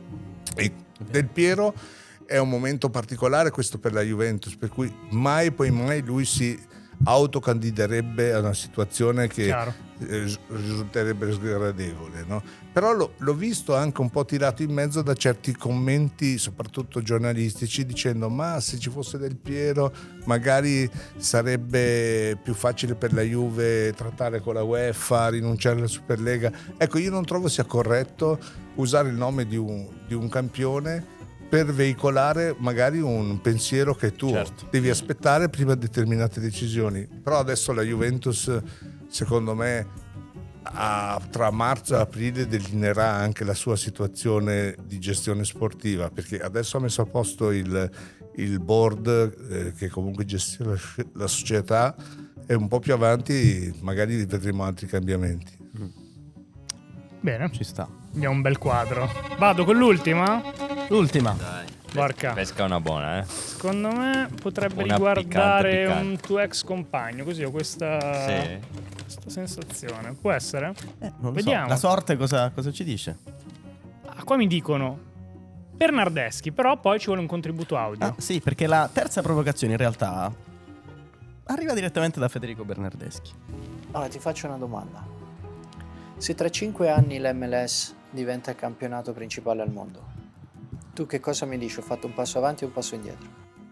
E Del Piero è un momento particolare questo per la Juventus, per cui mai poi mai lui si autocandiderebbe a una situazione che Chiaro. eh, risulterebbe sgradevole, no? Però lo- l'ho visto anche un po' tirato in mezzo da certi commenti, soprattutto giornalistici, dicendo ma se ci fosse Del Piero magari sarebbe più facile per la Juve trattare con la UEFA, rinunciare alla Superlega. Ecco, io non trovo sia corretto usare il nome di un, di un campione per veicolare magari un pensiero che tu Certo. devi aspettare prima determinate decisioni. Però adesso la Juventus, secondo me, a- tra marzo e aprile delineerà anche la sua situazione di gestione sportiva, perché adesso ha messo a posto il, il board eh, che comunque gestisce la, la società, e un po' più avanti magari vedremo altri cambiamenti. Bene, Ci sta. abbiamo un bel quadro. Vado con l'ultima? L'ultima. Porca. Pesca una buona, eh? Secondo me potrebbe Una riguardare piccante, piccante. un tuo ex compagno, così ho questa, Sì. questa sensazione. Può essere? Eh, non lo Vediamo. so. La sorte cosa, cosa ci dice? Ah, qua mi dicono Bernardeschi, però poi ci vuole un contributo audio. Ah, sì, perché la terza provocazione in realtà arriva direttamente da Federico Bernardeschi. Allora ti faccio una domanda. Se tra cinque anni l'M L S diventa il campionato principale al mondo, tu che cosa mi dici? Ho fatto un passo avanti o un passo indietro?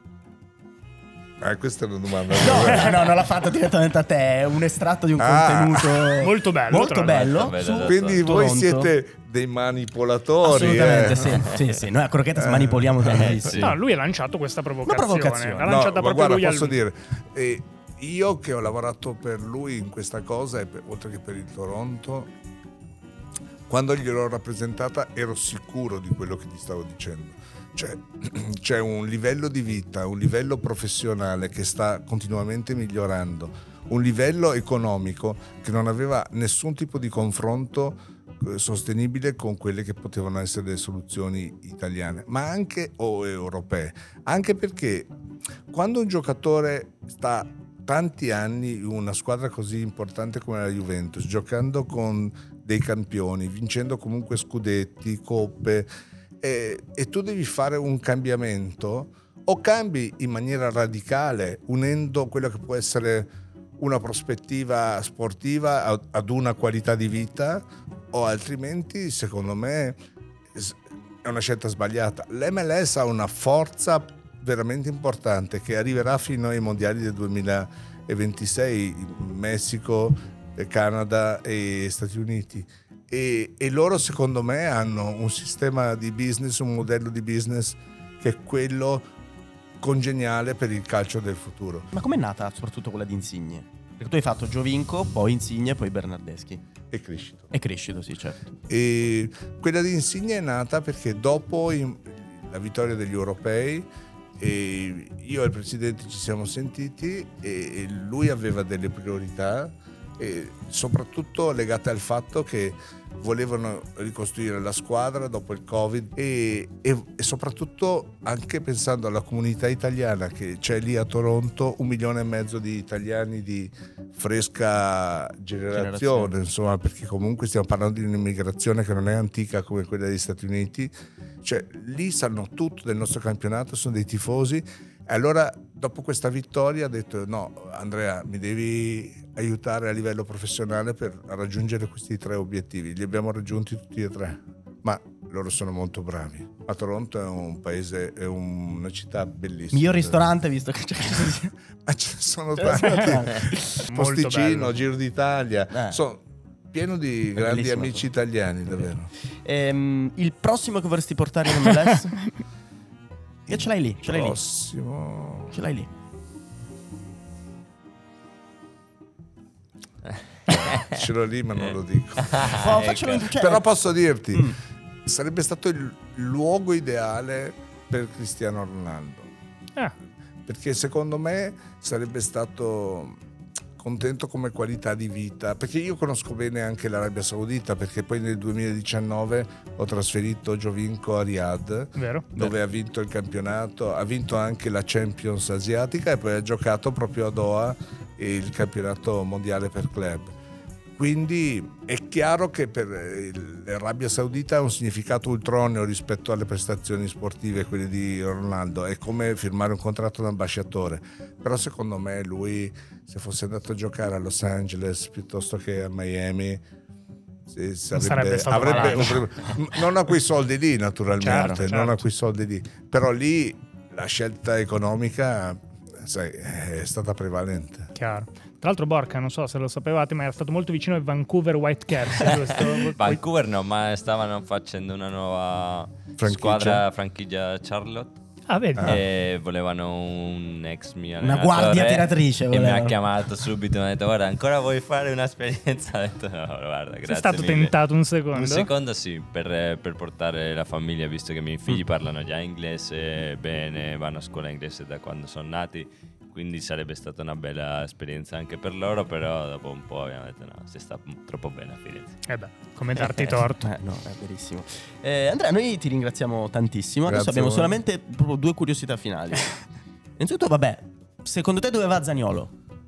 Eh, questa è una domanda. No, no, non l'ha fatto direttamente a te, è un estratto di un Ah. contenuto Molto bello, molto tra bello. l'altro. su Quindi voi Toronto. siete dei manipolatori. Assolutamente eh. sì, sì, sì. Noi a Croquetas manipoliamo tantissimo. No, lui ha lanciato questa provocazione. Una provocazione. L'ha No, lanciata ma proprio guarda, lui al- posso dire, eh, io che ho lavorato per lui in questa cosa, e per- oltre che per il Toronto, quando gliel'ho rappresentata ero sicuro di quello che ti stavo dicendo. Cioè, c'è un livello di vita, un livello professionale che sta continuamente migliorando, un livello economico che non aveva nessun tipo di confronto eh, sostenibile con quelle che potevano essere le soluzioni italiane, ma anche o europee. Anche perché quando un giocatore sta tanti anni in una squadra così importante come la Juventus, giocando con dei campioni, vincendo comunque scudetti, coppe, e, e tu devi fare un cambiamento, o cambi in maniera radicale unendo quello che può essere una prospettiva sportiva a- ad una qualità di vita, o altrimenti secondo me s- è una scelta sbagliata. L'M L S ha una forza veramente importante che arriverà fino ai mondiali del duemilaventisei in Messico, Canada e Stati Uniti. E, e loro secondo me hanno un sistema di business, un modello di business che è quello congeniale per il calcio del futuro. Ma com'è nata soprattutto quella di Insigne? Perché tu hai fatto Giovinco, poi Insigne, poi Bernardeschi. E Crescito. E Crescito, sì, certo. E quella di Insigne è nata perché dopo in- la vittoria degli europei e io e il presidente ci siamo sentiti e lui aveva delle priorità, e soprattutto legate al fatto che volevano ricostruire la squadra dopo il Covid e, e, e soprattutto anche pensando alla comunità italiana che c'è lì a Toronto, un milione e mezzo di italiani di fresca generazione, generazione. Insomma, perché comunque stiamo parlando di un'immigrazione che non è antica come quella degli Stati Uniti, cioè lì sanno tutto del nostro campionato, sono dei tifosi. E allora dopo questa vittoria ha detto no Andrea, mi devi aiutare a livello professionale per raggiungere questi tre obiettivi. Li abbiamo raggiunti tutti e tre, ma loro sono molto bravi. A Toronto è un paese, è una città bellissima. Miglior ristorante visto che c'è. Ma ce ne sono tanti. Posticino, Giro d'Italia, eh. sono pieno di grandi amici italiani davvero. Ehm, il prossimo che vorresti portare in M L S? Che ce l'hai lì, ce l'hai prossimo. lì. Ce l'hai lì. Ce l'ho lì ma non lo dico. Oh, faccelo, cioè... Però posso dirti, mm. sarebbe stato il luogo ideale per Cristiano Ronaldo. Ah. Perché secondo me sarebbe stato contento come qualità di vita, perché io conosco bene anche l'Arabia Saudita, perché poi nel duemiladiciannove ho trasferito Giovinco a Riyadh, Vero? dove Vero. ha vinto il campionato, ha vinto anche la Champions asiatica e poi ha giocato proprio a Doha il campionato mondiale per club. Quindi è chiaro che per l'Arabia Saudita ha un significato ultroneo rispetto alle prestazioni sportive, quelle di Ronaldo. È come firmare un contratto da ambasciatore. Però secondo me lui, se fosse andato a giocare a Los Angeles piuttosto che a Miami, si, sarebbe, sarebbe stato avrebbe, avrebbe, non a quei soldi lì naturalmente, certo, certo. non a quei soldi lì. Però lì la scelta economica, sai, è stata prevalente. Chiaro. Tra l'altro Borca, non so se lo sapevate, ma era stato molto vicino ai Vancouver Whitecaps. Giusto? Vancouver no, ma stavano facendo una nuova franchigia. squadra, franchigia Charlotte. Ah, vedi? E volevano un ex mio Una allenatore, guardia tiratrice e mi volevano. ha chiamato subito, mi ha detto guarda ancora vuoi fare un'esperienza? Ho detto no guarda grazie Sei stato mille. tentato un secondo? Un secondo sì, per, per portare la famiglia, visto che i miei figli Mm. parlano già inglese bene, vanno a scuola inglese da quando sono nati, quindi sarebbe stata una bella esperienza anche per loro, però dopo un po' abbiamo detto no, si sta troppo bene a Firenze. Eh beh, come darti torto. Eh, no, è verissimo. Eh, Andrea, noi ti ringraziamo tantissimo. Grazie Adesso abbiamo a voi. solamente proprio due curiosità finali. Innanzitutto, vabbè, secondo te dove va Zaniolo?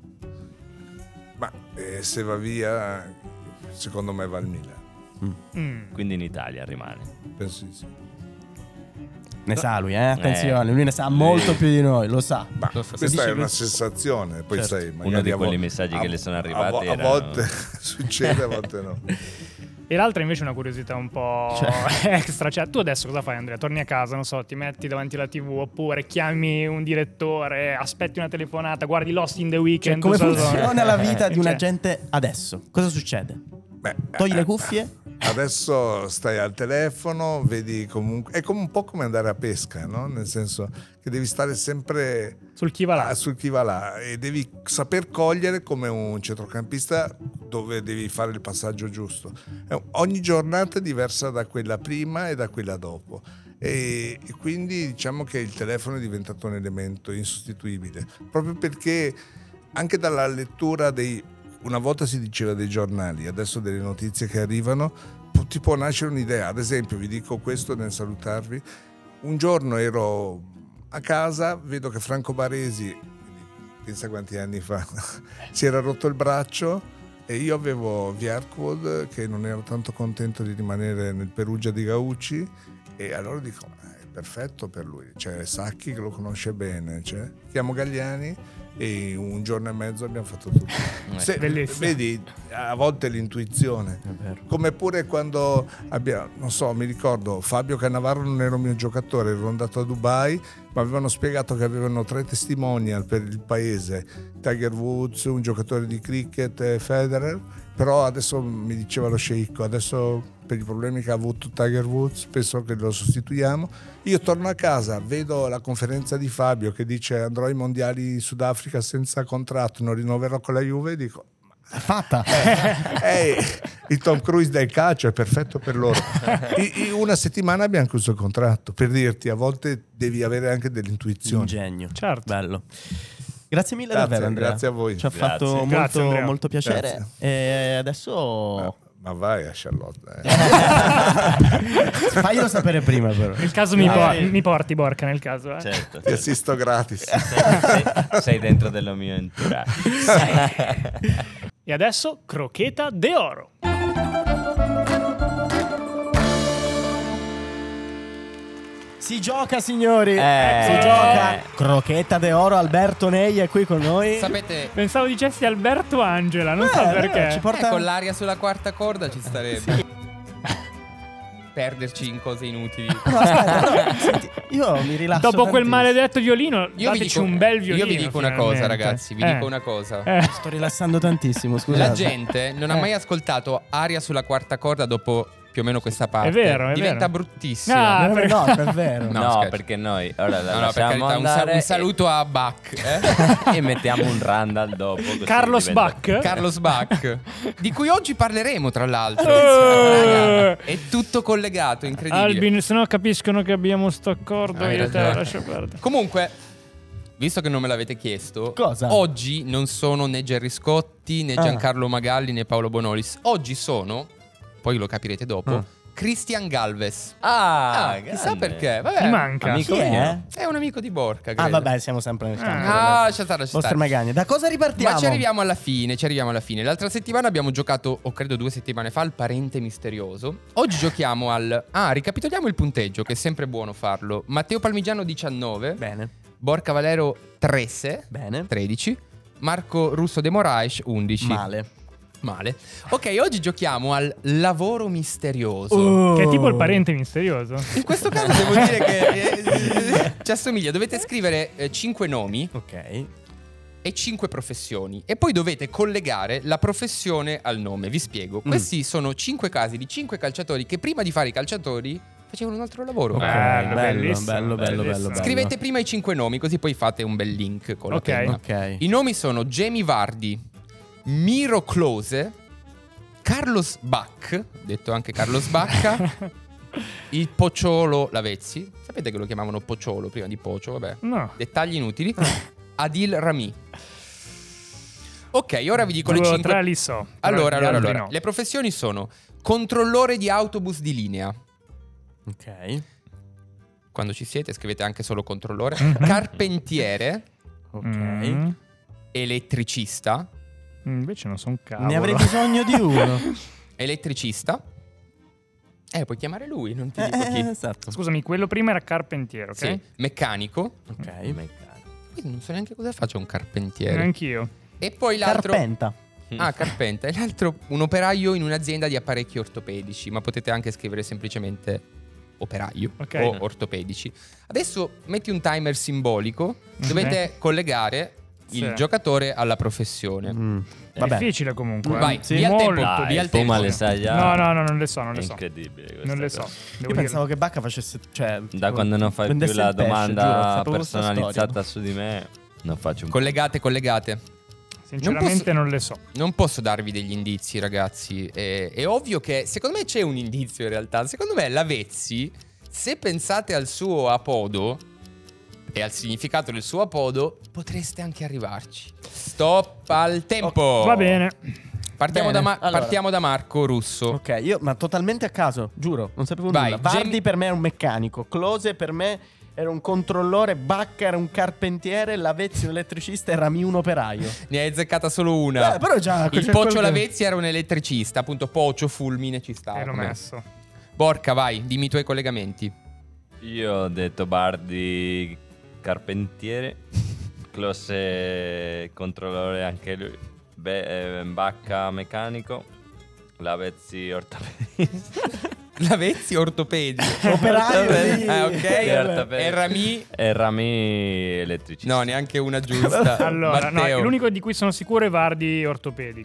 Ma eh, se va via, secondo me va al Milan. Mm. Quindi in Italia rimane. Penso di sì. Ne sa lui, eh? Attenzione, lui ne sa molto più di noi, lo sa. Ma Lo sa. Se questa dice è una lui- sensazione, poi Certo. sai, magari Uno di a vo- quelli messaggi a- che le sono a arrivati vo- a, erano- volte succede, a volte no. E l'altra invece è una curiosità un po' extra. Cioè, tu adesso cosa fai, Andrea? Torni a casa, non so, ti metti davanti alla tivù oppure chiami un direttore, aspetti una telefonata, guardi Lost in the Cioè, Weekend. come so- funziona la vita di un Cioè, agente adesso? Cosa succede? Beh, Togli eh, le cuffie? Adesso stai al telefono, vedi comunque. È come un po' come andare a pesca, no? Nel senso che devi stare sempre sul chi va là. ah, sul chi va là e devi saper cogliere come un centrocampista dove devi fare il passaggio giusto. Eh, Ogni giornata è diversa da quella prima e da quella dopo. E e quindi diciamo che il telefono è diventato un elemento insostituibile, proprio perché anche dalla lettura dei, una volta si diceva dei giornali, adesso delle notizie che arrivano, pu- ti può nascere un'idea. Ad esempio, vi dico questo nel salutarvi, un giorno ero a casa, vedo che Franco Baresi, quindi pensa quanti anni fa, si era rotto il braccio e io avevo Vierkwood che non ero tanto contento di rimanere nel Perugia di Gauci, e allora dico è perfetto per lui, c'è Sacchi che lo conosce bene, cioè, chiamo Galliani e un giorno e mezzo abbiamo fatto tutto. Se, vedi, a volte l'intuizione, come pure quando abbiamo, non so, mi ricordo Fabio Cannavaro non era un mio giocatore, ero andato a Dubai, ma avevano spiegato che avevano tre testimonial per il paese, Tiger Woods, un giocatore di cricket e Federer, però adesso mi diceva lo sceicco, adesso per i problemi che ha avuto Tiger Woods penso che lo sostituiamo. Io torno a casa, vedo la conferenza di Fabio che dice andrò ai mondiali in Sudafrica senza contratto, non rinnoverò con la Juve, e dico è fatta. eh, eh, il Tom Cruise del calcio, è perfetto per loro. In, in una settimana abbiamo chiuso il contratto, per dirti, a volte devi avere anche dell'intuizione. Ingegno. Certo. Bello. Grazie mille Grazie, davvero, Andrea. grazie a voi. Ci ha Grazie. fatto Grazie, molto, Andrea. molto piacere. Grazie. E adesso Ma vai a Charlotte. Eh. faglielo sapere prima, però. Nel caso mi, Dai. por- mi porti, Borca, nel caso. Eh. Certo. Ti assisto gratis. sei, sei dentro dello mio entourage. E adesso crocheta de oro. Si gioca, signori. Eh. Si gioca. Crochetta de oro. Alberto Nei è qui con noi. Sapete, Pensavo dicessi Alberto Angela, non Eh, so eh, perché. ci porta- eh, con l'aria sulla quarta corda ci starebbe. Perderci in cose inutili. No, aspetta, però, senti, io mi rilasso. Dopo quel tantissimo. maledetto violino, Io vi, dateci dico, un bel violino. io vi dico una cosa, finalmente. ragazzi. Vi Eh. dico una cosa. Eh. Sto rilassando tantissimo, scusate. La gente non ha Eh. mai ascoltato aria sulla quarta corda dopo più o meno questa parte. È vero, è Diventa vero. bruttissimo. Ah, No, per- no, è vero. No, No, scherzo. perché noi ora la No, no, per lasciamo carità, un, sa- andare un e- saluto a Bach. Eh? e mettiamo un Randall dopo. così Carlos diventa- Bach. Carlos Bach, di cui oggi parleremo, tra l'altro. Eh. Raga, è tutto collegato, incredibile. Albin, se no capiscono che abbiamo sto accordo. Hai Io te ragione. lascio perdere. Comunque, visto che non me l'avete chiesto, Cosa? oggi non sono né Gerry Scotti, né Ah. Giancarlo Magalli, né Paolo Bonolis. Oggi sono, poi lo capirete dopo, Ah. Christian Galvez. Ah, Ah, chissà grande. perché. Mi Vabbè, manca. Amico Chi è? mio. è un amico di Borca. Ah, credo. vabbè, siamo sempre nel campo. Ah, lascia stare, lascia Vostre stare. magagne. Da cosa ripartiamo? Ma ci arriviamo alla fine, ci arriviamo alla fine. L'altra settimana abbiamo giocato, o credo due settimane fa, al parente misterioso. Oggi giochiamo al... Ah, ricapitoliamo il punteggio, che è sempre buono farlo. Matteo Palmigiano diciannove, Bene, Borca Valero tredici, bene. tredici, Marco Russo De Moraes undici. Male. Male. Ok, oggi giochiamo al lavoro misterioso. Oh. Che è tipo il parente misterioso. In questo caso devo dire che eh, ci assomiglia. Dovete scrivere cinque nomi Ok. e cinque professioni e poi dovete collegare la professione al nome. Vi spiego. Mm. Questi sono cinque casi di cinque calciatori che prima di fare i calciatori facevano un altro lavoro. Ok, Bello, bello, bellissimo, bello, bello, bello, bellissimo. bello. Scrivete prima i cinque nomi così poi fate un bel link con la Ok. penna. Ok. I nomi sono Jamie Vardy, Miro Klose, Carlos Bach, detto anche Carlos Bacca, il Pocciolo Lavezzi. Sapete che lo chiamavano Pocciolo prima di Pocio? Vabbè. No. Dettagli inutili. Adil Rami. Ok, ora vi dico Due le o cinque. tre li so. però Allora, gli allora, altri allora. no. Le professioni sono controllore di autobus di linea. Ok. Quando ci siete scrivete anche solo controllore. Mhm. Carpentiere, Ok. Mm. elettricista, Invece non sono un cavolo. Ne avrei bisogno di uno. elettricista. Eh, puoi chiamare lui, non ti Eh, dico chi. eh, esatto. Scusami, quello prima era carpentiere, ok? Sì, meccanico. Ok. Quindi non so neanche cosa faccia un carpentiere. Anch'io. E poi l'altro Carpenta. Ah, carpenta. E l'altro un operaio in un'azienda di apparecchi ortopedici, ma potete anche scrivere semplicemente operaio Ok. o ortopedici. Adesso metti un timer simbolico, dovete collegare il Sì. giocatore alla professione. Mm. È Vabbè. difficile comunque. Vai, eh. Sì. via il tempo, Molto. via il Puma tempo. le sai già. No, no, no, non le so, non È le so. incredibile questa Non le so. cosa. Devo Io pensavo dire. che Bacca facesse. Cioè, Da tipo, quando non fai più vendesse la il pesce, domanda giuro, sapevo questa personalizzata storia. su di me, non faccio un Collegate, collegate. Sinceramente Non posso- non le so. Non posso darvi degli indizi, ragazzi. È, è ovvio che, secondo me c'è un indizio in realtà. Secondo me Lavezzi, se pensate al suo apodo e al significato del suo apodo, potreste anche arrivarci. Stop al tempo. Va bene. Partiamo, Bene, da, Ma- allora. partiamo da Marco Russo. Ok, io, ma totalmente a caso, giuro, non sapevo Vai, nulla. Vardy Jamie- per me era un meccanico, Klose per me era un controllore, Bacca era un carpentiere, Lavezzi un elettricista e Rami un operaio. Ne hai azzeccata solo una. Eh, però già Il c'è Pocio quel- Lavezzi era un elettricista, appunto Pocio, Fulmine ci sta. E l'ho come- messo. Borca, vai, dimmi i tuoi collegamenti. Io ho detto Bardi carpentiere, Close controllore anche lui, Be- eh, Bacca meccanico, Lavezzi ortopedista. Lavezzi ortopedico. Operaio di- Ah, ok. Ortopedico. E Rami? E Rami elettricista. No, neanche una giusta. Allora, no, Matteo. l'unico di cui sono sicuro è Vardi ortopedico.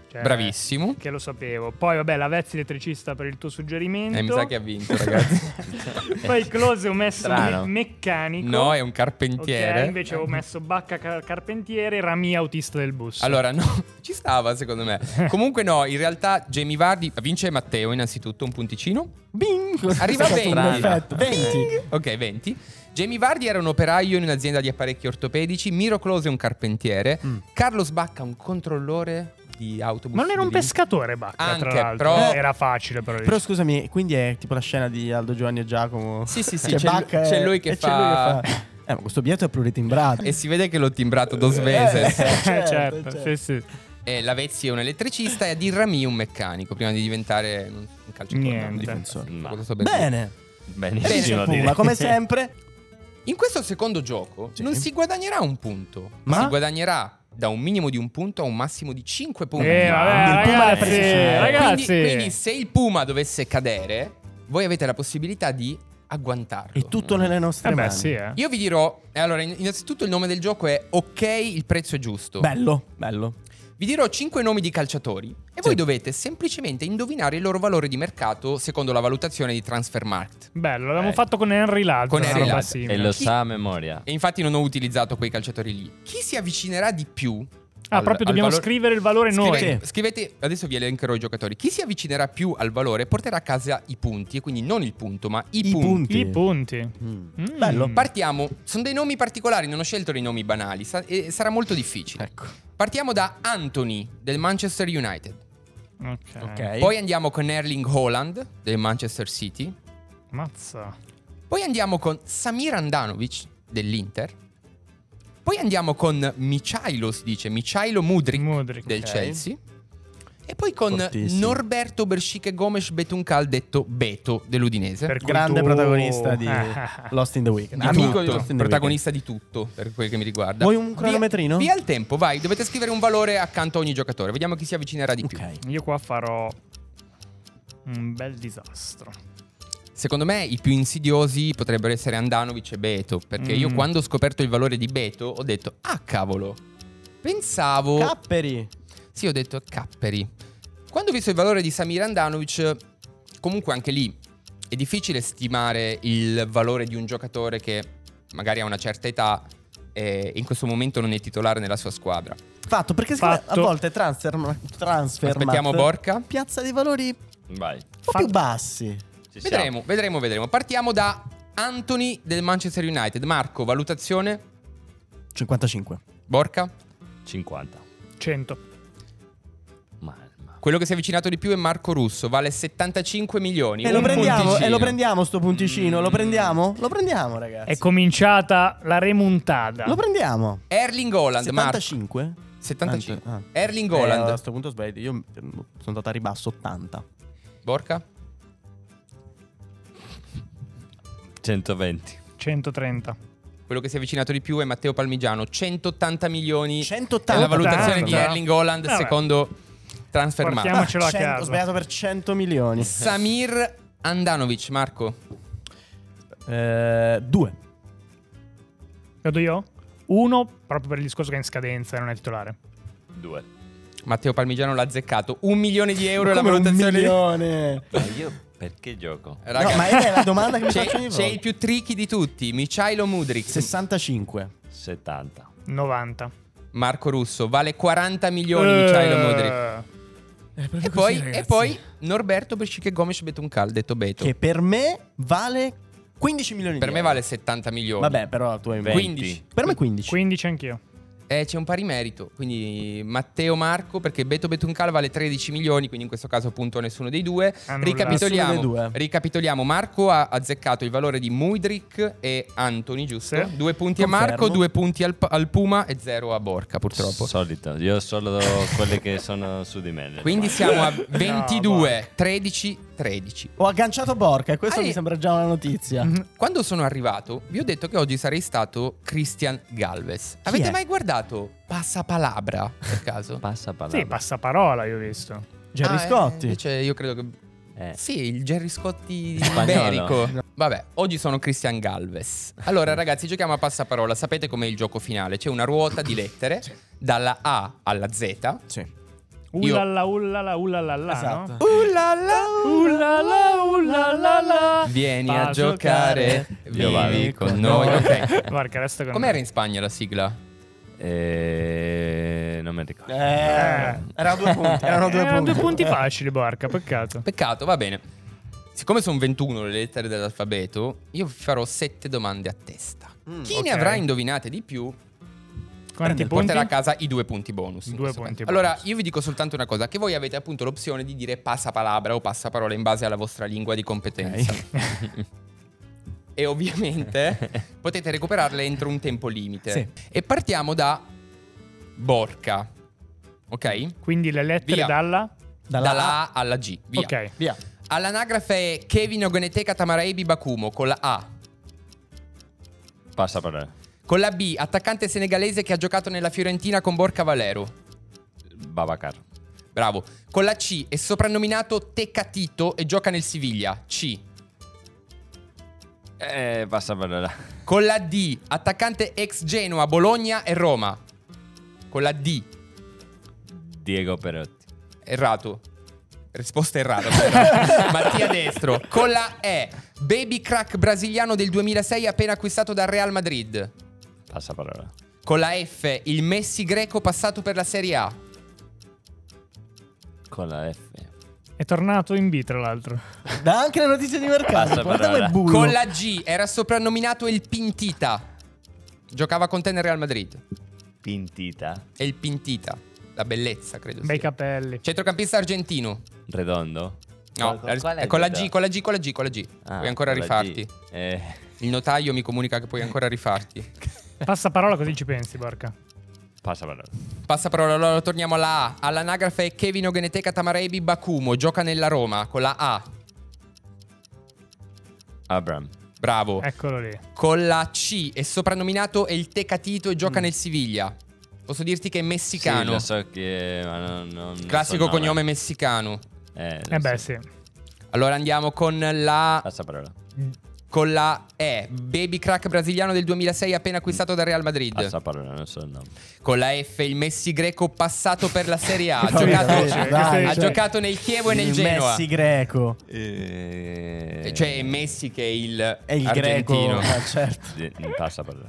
Cioè, Bravissimo. Che lo sapevo. Poi, vabbè, Lavezzi elettricista per il tuo suggerimento. Eh, mi sa che ha vinto, ragazzi. Poi Close ho messo Strano. me- meccanico. No, è un carpentiere. Ok, invece ho messo Bacca car- carpentiere, Rami autista del bus. Allora, no, ci stava secondo me. Comunque no, in realtà Jamie Vardy vince Matteo innanzitutto un punticino. Bing! Arriva a È stato un venti. effetto. venti. Ok, venti. Jamie Vardy era un operaio in un'azienda di apparecchi ortopedici. Miro Close è un carpentiere. Mm. Carlos Bacca un controllore di autobus. Ma non era un di- pescatore Bacca, Anche, tra l'altro. però- Era facile, però. Però scusami, quindi è tipo la scena di Aldo, Giovanni e Giacomo. Sì, sì, sì, C'è, c'è, Bacca c'è e- lui che e c'è fa... lui che fa- Eh, ma questo biglietto è pluritimbrato. E si vede che l'ho timbrato dos veces. Eh, certo, certo, sì, sì. E Lavezzi è un elettricista e Adil Rami un meccanico prima di diventare un un calciatore. Niente. un difensore. Ma- Cosa sto per dire. Bene. Benissimo. Puma, direi. come sempre. In questo secondo gioco Sì. non si guadagnerà un punto, ma Ma? si guadagnerà da un minimo di un punto a un massimo di cinque punti. Eh, vabbè, Il Puma l'ha ragazzi, preso su- ragazzi. Quindi, quindi se il Puma dovesse cadere, voi avete la possibilità di agguantarlo. È tutto nelle nostre Eh beh, mani. sì, eh. Io vi dirò, eh, allora, in- innanzitutto il nome del gioco è Ok, il prezzo è giusto. Bello, bello. Vi dirò cinque nomi di calciatori e voi dovete semplicemente indovinare il loro valore di mercato secondo la valutazione di Transfermarkt. Bello, l'avevamo Eh. fatto con Henry Ladd. Con una Henry roba Ladd. simile. E lo Chi- sa a memoria. E infatti non ho utilizzato quei calciatori lì. Chi si avvicinerà di più? Ah, al- proprio al dobbiamo valore- scrivere il valore noi. Scrivete, scrivete- adesso vi elencherò i giocatori. Chi si avvicinerà più al valore porterà a casa i punti, e quindi non il punto, ma i, I punti. punti. I punti. Mm. Mm. Bello. Partiamo. Sono dei nomi particolari, non ho scelto dei nomi banali, sa- e sarà molto difficile. Ecco. Partiamo da Anthony del Manchester United. Ok. Ok. Poi andiamo con Erling Haaland del Manchester City. Mazza. Poi andiamo con Samir Handanovic dell'Inter. Poi andiamo con Michailo, si dice, Michailo Mudryk, Mudryk, del ok. Chelsea. E poi con Fortissimo. Norberto Bershike Gomes Betunkal, detto Beto, dell'Udinese. Per cui Grande tu- protagonista di Ah. Lost in the Weekend. Di Amico tutto, di Lost in the protagonista di tutto, per quel che mi riguarda. Vuoi un Via- cronometrino? Via il tempo, vai. Dovete scrivere un valore accanto a ogni giocatore. Vediamo chi si avvicinerà di più. Weekend. Ok. Io qua farò un bel disastro. Secondo me i più insidiosi potrebbero essere Handanovic e Beto. Perché io Mm. quando ho scoperto il valore di Beto ho detto, ah cavolo, pensavo... Capperi. Sì, ho detto Capperi. Quando ho visto il valore di Samir Handanovic, comunque anche lì è difficile stimare il valore di un giocatore che magari ha una certa età e in questo momento non è titolare nella sua squadra. Fatto, perché secondo me Fatto. a volte transfer, transfer Aspettiamo Borca. piazza dei valori un Vai. po' più bassi. Ci Vedremo, vedremo, vedremo. Partiamo da Anthony del Manchester United. Marco, valutazione? cinquantacinque. Borca? siamo. cinquanta. cento. Ma, ma- Quello che si è avvicinato di più è Marco Russo, vale settantacinque milioni. E lo un prendiamo, punticino. e lo prendiamo sto punticino, lo prendiamo? Lo prendiamo, ragazzi. È cominciata la remontata. Lo prendiamo. Erling Haaland, Marco. settantacinque? settantacinque. Ah. Erling Eh, Haaland. a questo punto sbaglio, io sono andato a ribasso ottanta. Borca? centoventi. centotrenta. Quello che si è avvicinato di più è Matteo Palmigiano, centottanta milioni. centottanta. È la valutazione Tanto. di Erling Haaland Vabbè. secondo Transfermarkt. Portiamocelo a cento casa. Ho sbagliato per cento milioni. Samir Handanovic, Marco. Eh, due. Vedo io? Uno, proprio per il discorso che è in scadenza e non è titolare. due. Matteo Palmigiano l'ha azzeccato. Un milione di euro è la Come un valutazione. milione. Ma io perché gioco? Raga, No, ma è la domanda che mi c'è, faccio ogni c'è volta. il più tricky di tutti, Michailo Mudryk. sessantacinque. settanta. novanta. Marco Russo, vale quaranta milioni Eh, Michailo Mudryk. E poi, e poi Norberto Bershike Gomes Betunkal, detto Beto. Che per me vale quindici milioni Per di me euro. vale settanta milioni. Vabbè, però tu hai venti. quindici. Per me quindici. quindici anch'io. Eh, c'è un pari merito, quindi Matteo Marco, perché Beto Betunkal vale tredici milioni, quindi in questo caso punto a nessuno dei due. Annullato. Ricapitoliamo, Nessuno dei due. ricapitoliamo, Marco ha azzeccato il valore di Mudryk e Anthony, giusto? Sì. Due punti Confermo. a Marco, due punti al, al Puma e zero a Borca, purtroppo. Solito. Io ho solo quelle che sono su di me. Quindi siamo a ventidue, tredici, tredici. Ho agganciato Borca e questo Ah, mi eh. sembra già una notizia. Mhm. Quando sono arrivato, vi ho detto che oggi sarei stato Christian Galvez. Avete è? mai guardato Passapalabra, per caso? Passa parola. Sì, passaparola io ho visto. Gerry Ah, eh, Scotti. invece io credo che... Eh. Sì, il Gerry Scotti Spagnolo. iberico. Vabbè, oggi sono Christian Galvez. Allora, ragazzi, giochiamo a passaparola. Sapete com'è il gioco finale? C'è una ruota di lettere dalla A alla Z. Sì. Ullala, ullala, ullala, Esatto. no? Ullala, Ullala, ullala. Vieni Va a giocare, Io vado. vieni con noi. Ok. Marca, resta con Com'era noi. in Spagna la sigla? Eh, non mi ricordo. Eh, erano due punti. Erano due Erano punti. due punti facili, Borca, peccato. Peccato, va bene. Siccome sono ventuno le lettere dell'alfabeto, io vi farò sette domande a testa. Chi ok. ne avrà indovinate di più Quanti punti? porterà a casa i due punti bonus. in Due questo punti caso. Allora, io vi dico soltanto una cosa: che voi avete appunto l'opzione di dire passapalabra o passaparola in base alla vostra lingua di competenza. E ovviamente potete recuperarle entro un tempo limite. Sì. E partiamo da Borca. Ok? Quindi le lettere Via. dalla? Dalla Dalla A alla G. Via. Ok. Via. All'anagrafe è Kevin Ogoneteka Tamaraibi Bakumo con la A. Passa per Con la B, attaccante senegalese che ha giocato nella Fiorentina con Borca Valero. Babacar. Bravo. Con la C è soprannominato Tecatito e gioca nel Siviglia. C. Eh, passa per là. Con la D, attaccante ex Genoa, Bologna e Roma. Con la D. Diego Perotti. Errato. Risposta errata. però. Mattia Destro. Con la E, baby crack brasiliano del duemilasei appena acquistato dal Real Madrid. Passa per là. Con la F, il Messi greco passato per la Serie A. Con la F. È tornato in B, tra l'altro. Da anche le notizie di mercato. Passa Guarda parola. quel bullo. Con la G, era soprannominato il Pintita. Giocava con te nel Real Madrid. Pintita. È il Pintita. La bellezza, credo Bei sia. capelli. Centrocampista argentino. Redondo. No, Qual- la ris- qual è è con la questa? G, con la G, con la G, con la G. Ah, puoi ancora con la G. rifarti. Eh, Il notaio mi comunica che puoi ancora rifarti. Passa parola così ci pensi, Borca. passa per là. Passa parola, allora torniamo alla A. All'anagrafe è Kevin Ogeneteka Tamaraibi Bakumo. Gioca nella Roma con la A. Abram. Bravo. Eccolo lì. Con la C è soprannominato El Tecatito e gioca Mm. nel Siviglia. Posso dirti che è Sì, messicano. lo so che... Ma non, non- non Classico so il cognome messicano. Eh, lo Eh beh, so. sì. Allora andiamo con la Passa parola. con la E, baby crack brasiliano del duemilasei appena acquistato dal Real Madrid. Passa parola, non so il nome. Con la F, il Messi greco passato per la Serie A. Ha, Dai, giocato, dai, dai, ha cioè, giocato nel Chievo e nel il Genoa. Messi greco. Eh, Cioè è Messi che è il, È il argentino. greco. Ah, certo. sì, passa parola.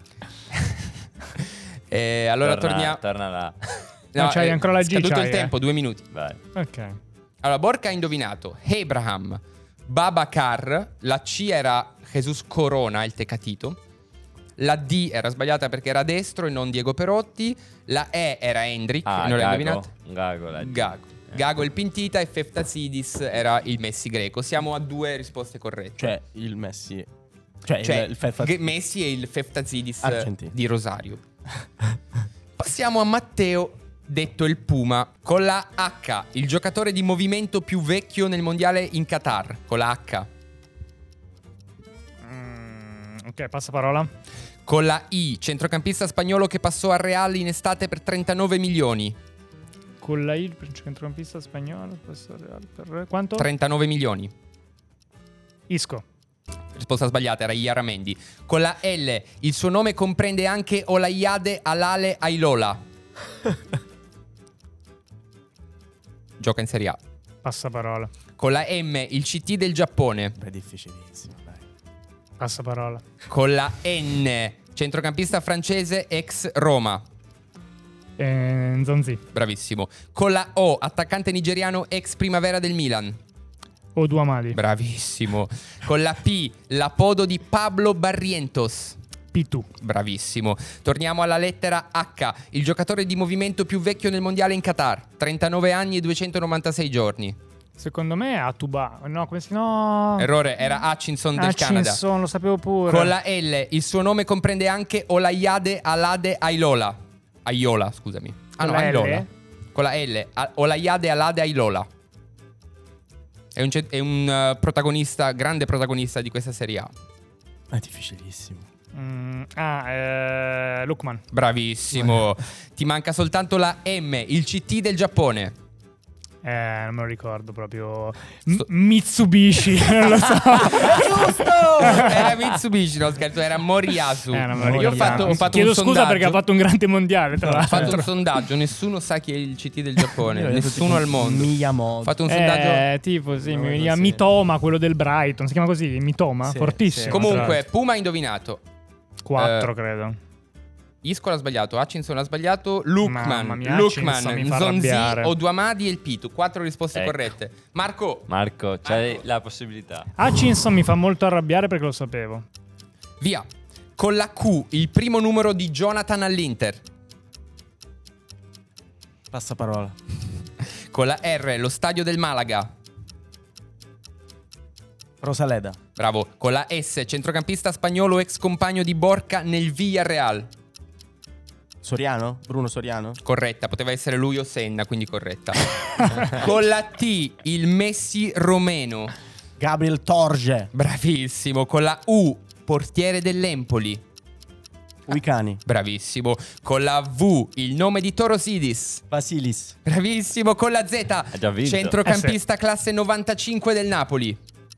Eh, allora Torna- torniamo. Torna là. No, c'hai è ancora la G, scaduto c'hai, il tempo, eh. due minuti. Vai. Ok. Allora, Borca ha indovinato Abraham, Babacar, la C era Jesus Corona, il Tecatito. La D era sbagliata perché era destro e non Diego Perotti. La E era Hendrik, Ah, non l'hai Gago. indovinata? Gago, la G. Gago. Eh. Gago il Pintita e Feftazidis era il Messi greco. Siamo a due risposte corrette. Cioè, il Messi. Cioè, Cioè, il, il Fefa- G- Messi e il Feftazidis Argentino. di Rosario. Passiamo a Matteo, detto il Puma. Con la H, il giocatore di movimento più vecchio nel mondiale in Qatar. Con la H. Mm, ok, passa parola. Con la I, centrocampista spagnolo che passò al Real in estate per trentanove milioni. Con la I, il centrocampista spagnolo. Questo Real per... Quanto? trentanove milioni. Isco. Risposta sbagliata, era Iaramendi. Con la L, il suo nome comprende anche Olayade Alale Ailola. Gioca in Serie A. Passa parola. Con la M, il C T del Giappone. È difficilissimo, dai. Passa parola. Con la N, centrocampista francese ex Roma. Eh, Nzonzi. Bravissimo. Con la O, attaccante nigeriano ex Primavera del Milan. O Duamadi. Bravissimo. Con la P, l'apodo di Pablo Barrientos. Pitu. Bravissimo. Torniamo alla lettera H, il giocatore di movimento più vecchio nel mondiale in Qatar. trentanove anni e duecentonovantasei giorni. Secondo me è Atuba. No, come si no? Errore, era Hutchinson del Canada. Hutchinson, lo sapevo pure. Con la L, il suo nome comprende anche Olayade Alade Ailola. Aiola, scusami. Ah Con no, la L? Ailola. Con la L, A- Olayade Alade Ailola. È un, ce- è un uh, protagonista, grande protagonista di questa Serie A. È difficilissimo. Mm, ah, eh, Lukman. Bravissimo. Ti manca soltanto la M, il C T del Giappone. Eh, non me lo ricordo proprio. M- Mitsubishi, non lo so. Giusto! Era Mitsubishi, no scherzo, era Moriyasu. Eh, non me lo Io ho ricordo. fatto, ho fatto Chiedo un scusa sondaggio. perché ha fatto un grande mondiale, tra Ho l'altro. fatto un sondaggio, nessuno sa chi è il C T del Giappone, Io ho detto nessuno tipo al mondo. Miyamoto. Ho fatto un sondaggio. Eh, tipo, sì, No, mi no, veniva sì. Mitoma, quello del Brighton. Si chiama così? Mitoma? Sì, Fortissimo. sì. tra Comunque, l'altro. Puma ha indovinato. Quattro, eh, credo. Iscola ha sbagliato, Hutchinson ha sbagliato, Mamma Lookman, mia, Lookman, Hutchinson mi fa Nzonzi, arrabbiare. Oduamadi e il Pitu. Quattro risposte Ecco. corrette. Marco, Marco, c'hai la possibilità. Hutchinson mi fa molto arrabbiare perché lo sapevo. via. Con la Q, il primo numero di Jonathan all'Inter. Passa parola. Con la R, lo stadio del Malaga. Rosaleda. Bravo. Con la S, centrocampista spagnolo ex compagno di Borca nel Villarreal. Soriano? Bruno Soriano? Corretta, poteva essere lui o Senna, quindi corretta. Con la T, il Messi romeno. Gabriel Torge. Bravissimo. Con la U, portiere dell'Empoli. Uicani. Bravissimo. Con la V, il nome di Torosidis. Basilis. Bravissimo. Con la Z, già vinto. centrocampista classe novantacinque del Napoli.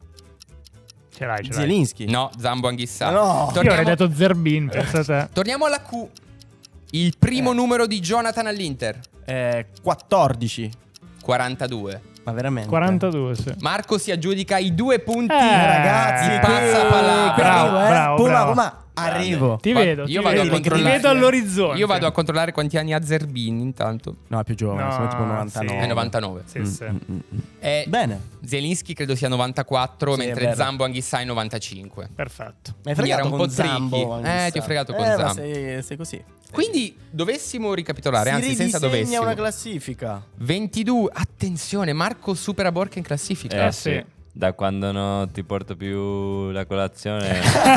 Ce l'hai, ce l'hai. Zielinski. No, Zambo Anghissà. No. Io avrei Torniamo, detto Zerbin, pensa te. torniamo alla Q. Il primo numero di Jonathan all'Inter. Eh, quattordici. quarantadue. Ma veramente? quarantadue, sì. Marco si aggiudica i due punti. Eh, Ragazzi, Di eh, passapalabra. bravo, Arrivo, eh. bravo, Puma, bravo. Puma, arrivo. Ti Va- vedo, io ti vado a vedo, ti controllare. vedo all'orizzonte. Io vado a controllare quanti anni ha Zerbin intanto. No, è più giovane, No, sono tipo novantanove. sì. È novantanove. Sì, sì. Mm, mm, mm. E Bene. Zelinski credo sia novantaquattro, Sì, è mentre vero. Zambo Anghissà è novantacinque. Perfetto. Mi hai Quindi era fregato un con po' tricky. Zambo. Eh, ti ho fregato con eh, ma Zambo. sei, sei così. Quindi dovessimo ricapitolare, Si anzi senza ridisegna dovessimo. una classifica. ventidue, attenzione, Marco supera Borca in classifica. Eh sì. sì. Da quando non ti porto più la colazione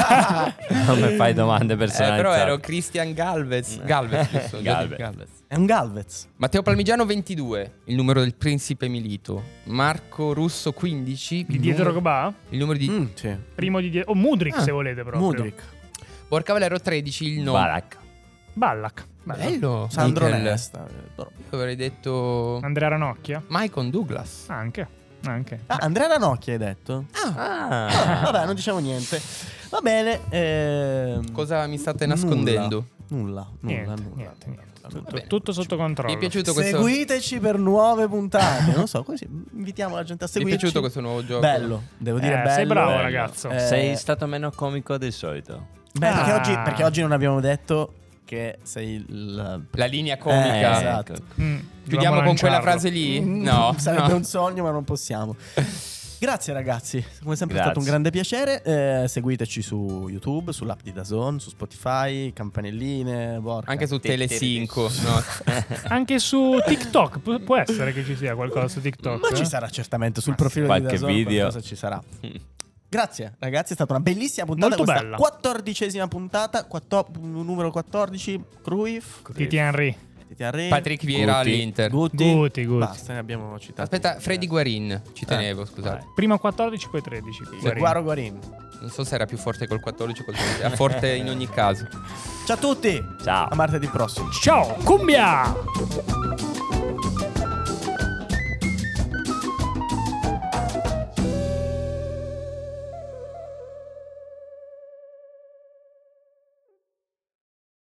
non mi fai domande Eh, personalizzate. però ero Christian Galvez. Galvez, giusto? Galvez. È un Galvez. Matteo Palmigiano ventidue, il numero del principe Milito. Marco Russo quindici, Di il dietro numero, Drogba? il numero di Mm, sì. Primo di dietro. O Mudrik, Ah, se volete proprio. Mudrik. Borca Valero tredici, il nome. Barak. Ballack. Bello. Bello. Sandro Michel. Nesta. Io avrei detto Andrea Ranocchia? Maicon Douglas. Anche. Anche. Ah, Andrea Ranocchi hai detto? Ah. Ah, vabbè, non diciamo niente. Va bene. ehm, Cosa mi state nascondendo? Nulla, nulla, Niente, nulla. niente, niente. nulla. Tutto, tutto sotto controllo. Mi è piaciuto questo. Seguiteci per nuove puntate. Non so, così invitiamo la gente a Mi è seguirci. piaciuto questo nuovo gioco. Bello, devo dire Eh, bello. sei bravo, Bello. ragazzo. Eh, Sei stato meno comico del solito. Beh, perché, Ah. oggi, perché oggi non abbiamo detto che sei il... La linea comica. Eh, esatto. Mm, Chiudiamo dovevamo con quella lanciarlo. frase lì? Mm, No. Sarebbe no. un sogno, ma non possiamo. Grazie ragazzi, come sempre è Grazie. stato un grande piacere. Eh, seguiteci su YouTube, sull'app di DAZN, su Spotify, campanelline, porca. Anche su Telecinco. No. Anche su TikTok. Pu- può essere che ci sia qualcosa su TikTok. Ma eh? ci sarà certamente sul profilo qualche di DAZN video. qualcosa ci sarà. Grazie ragazzi, è stata una bellissima puntata. Molto questa bella. quattordicesima puntata, quattro- numero quattordici, Cruyff, Titi Henry. Titi Henry, Patrick Vieira Guti. all'Inter. Guti. Guti, Guti. Basta, ne abbiamo citato. Aspetta, Freddy Guarin. Ci tenevo, scusate. Prima quattordici, poi tredici. Guarini. Guaro Guarin. Non so se era più forte col quattordici o col tredici. Era forte in ogni caso. Ciao a tutti. Ciao. A martedì prossimo. Ciao, cumbia!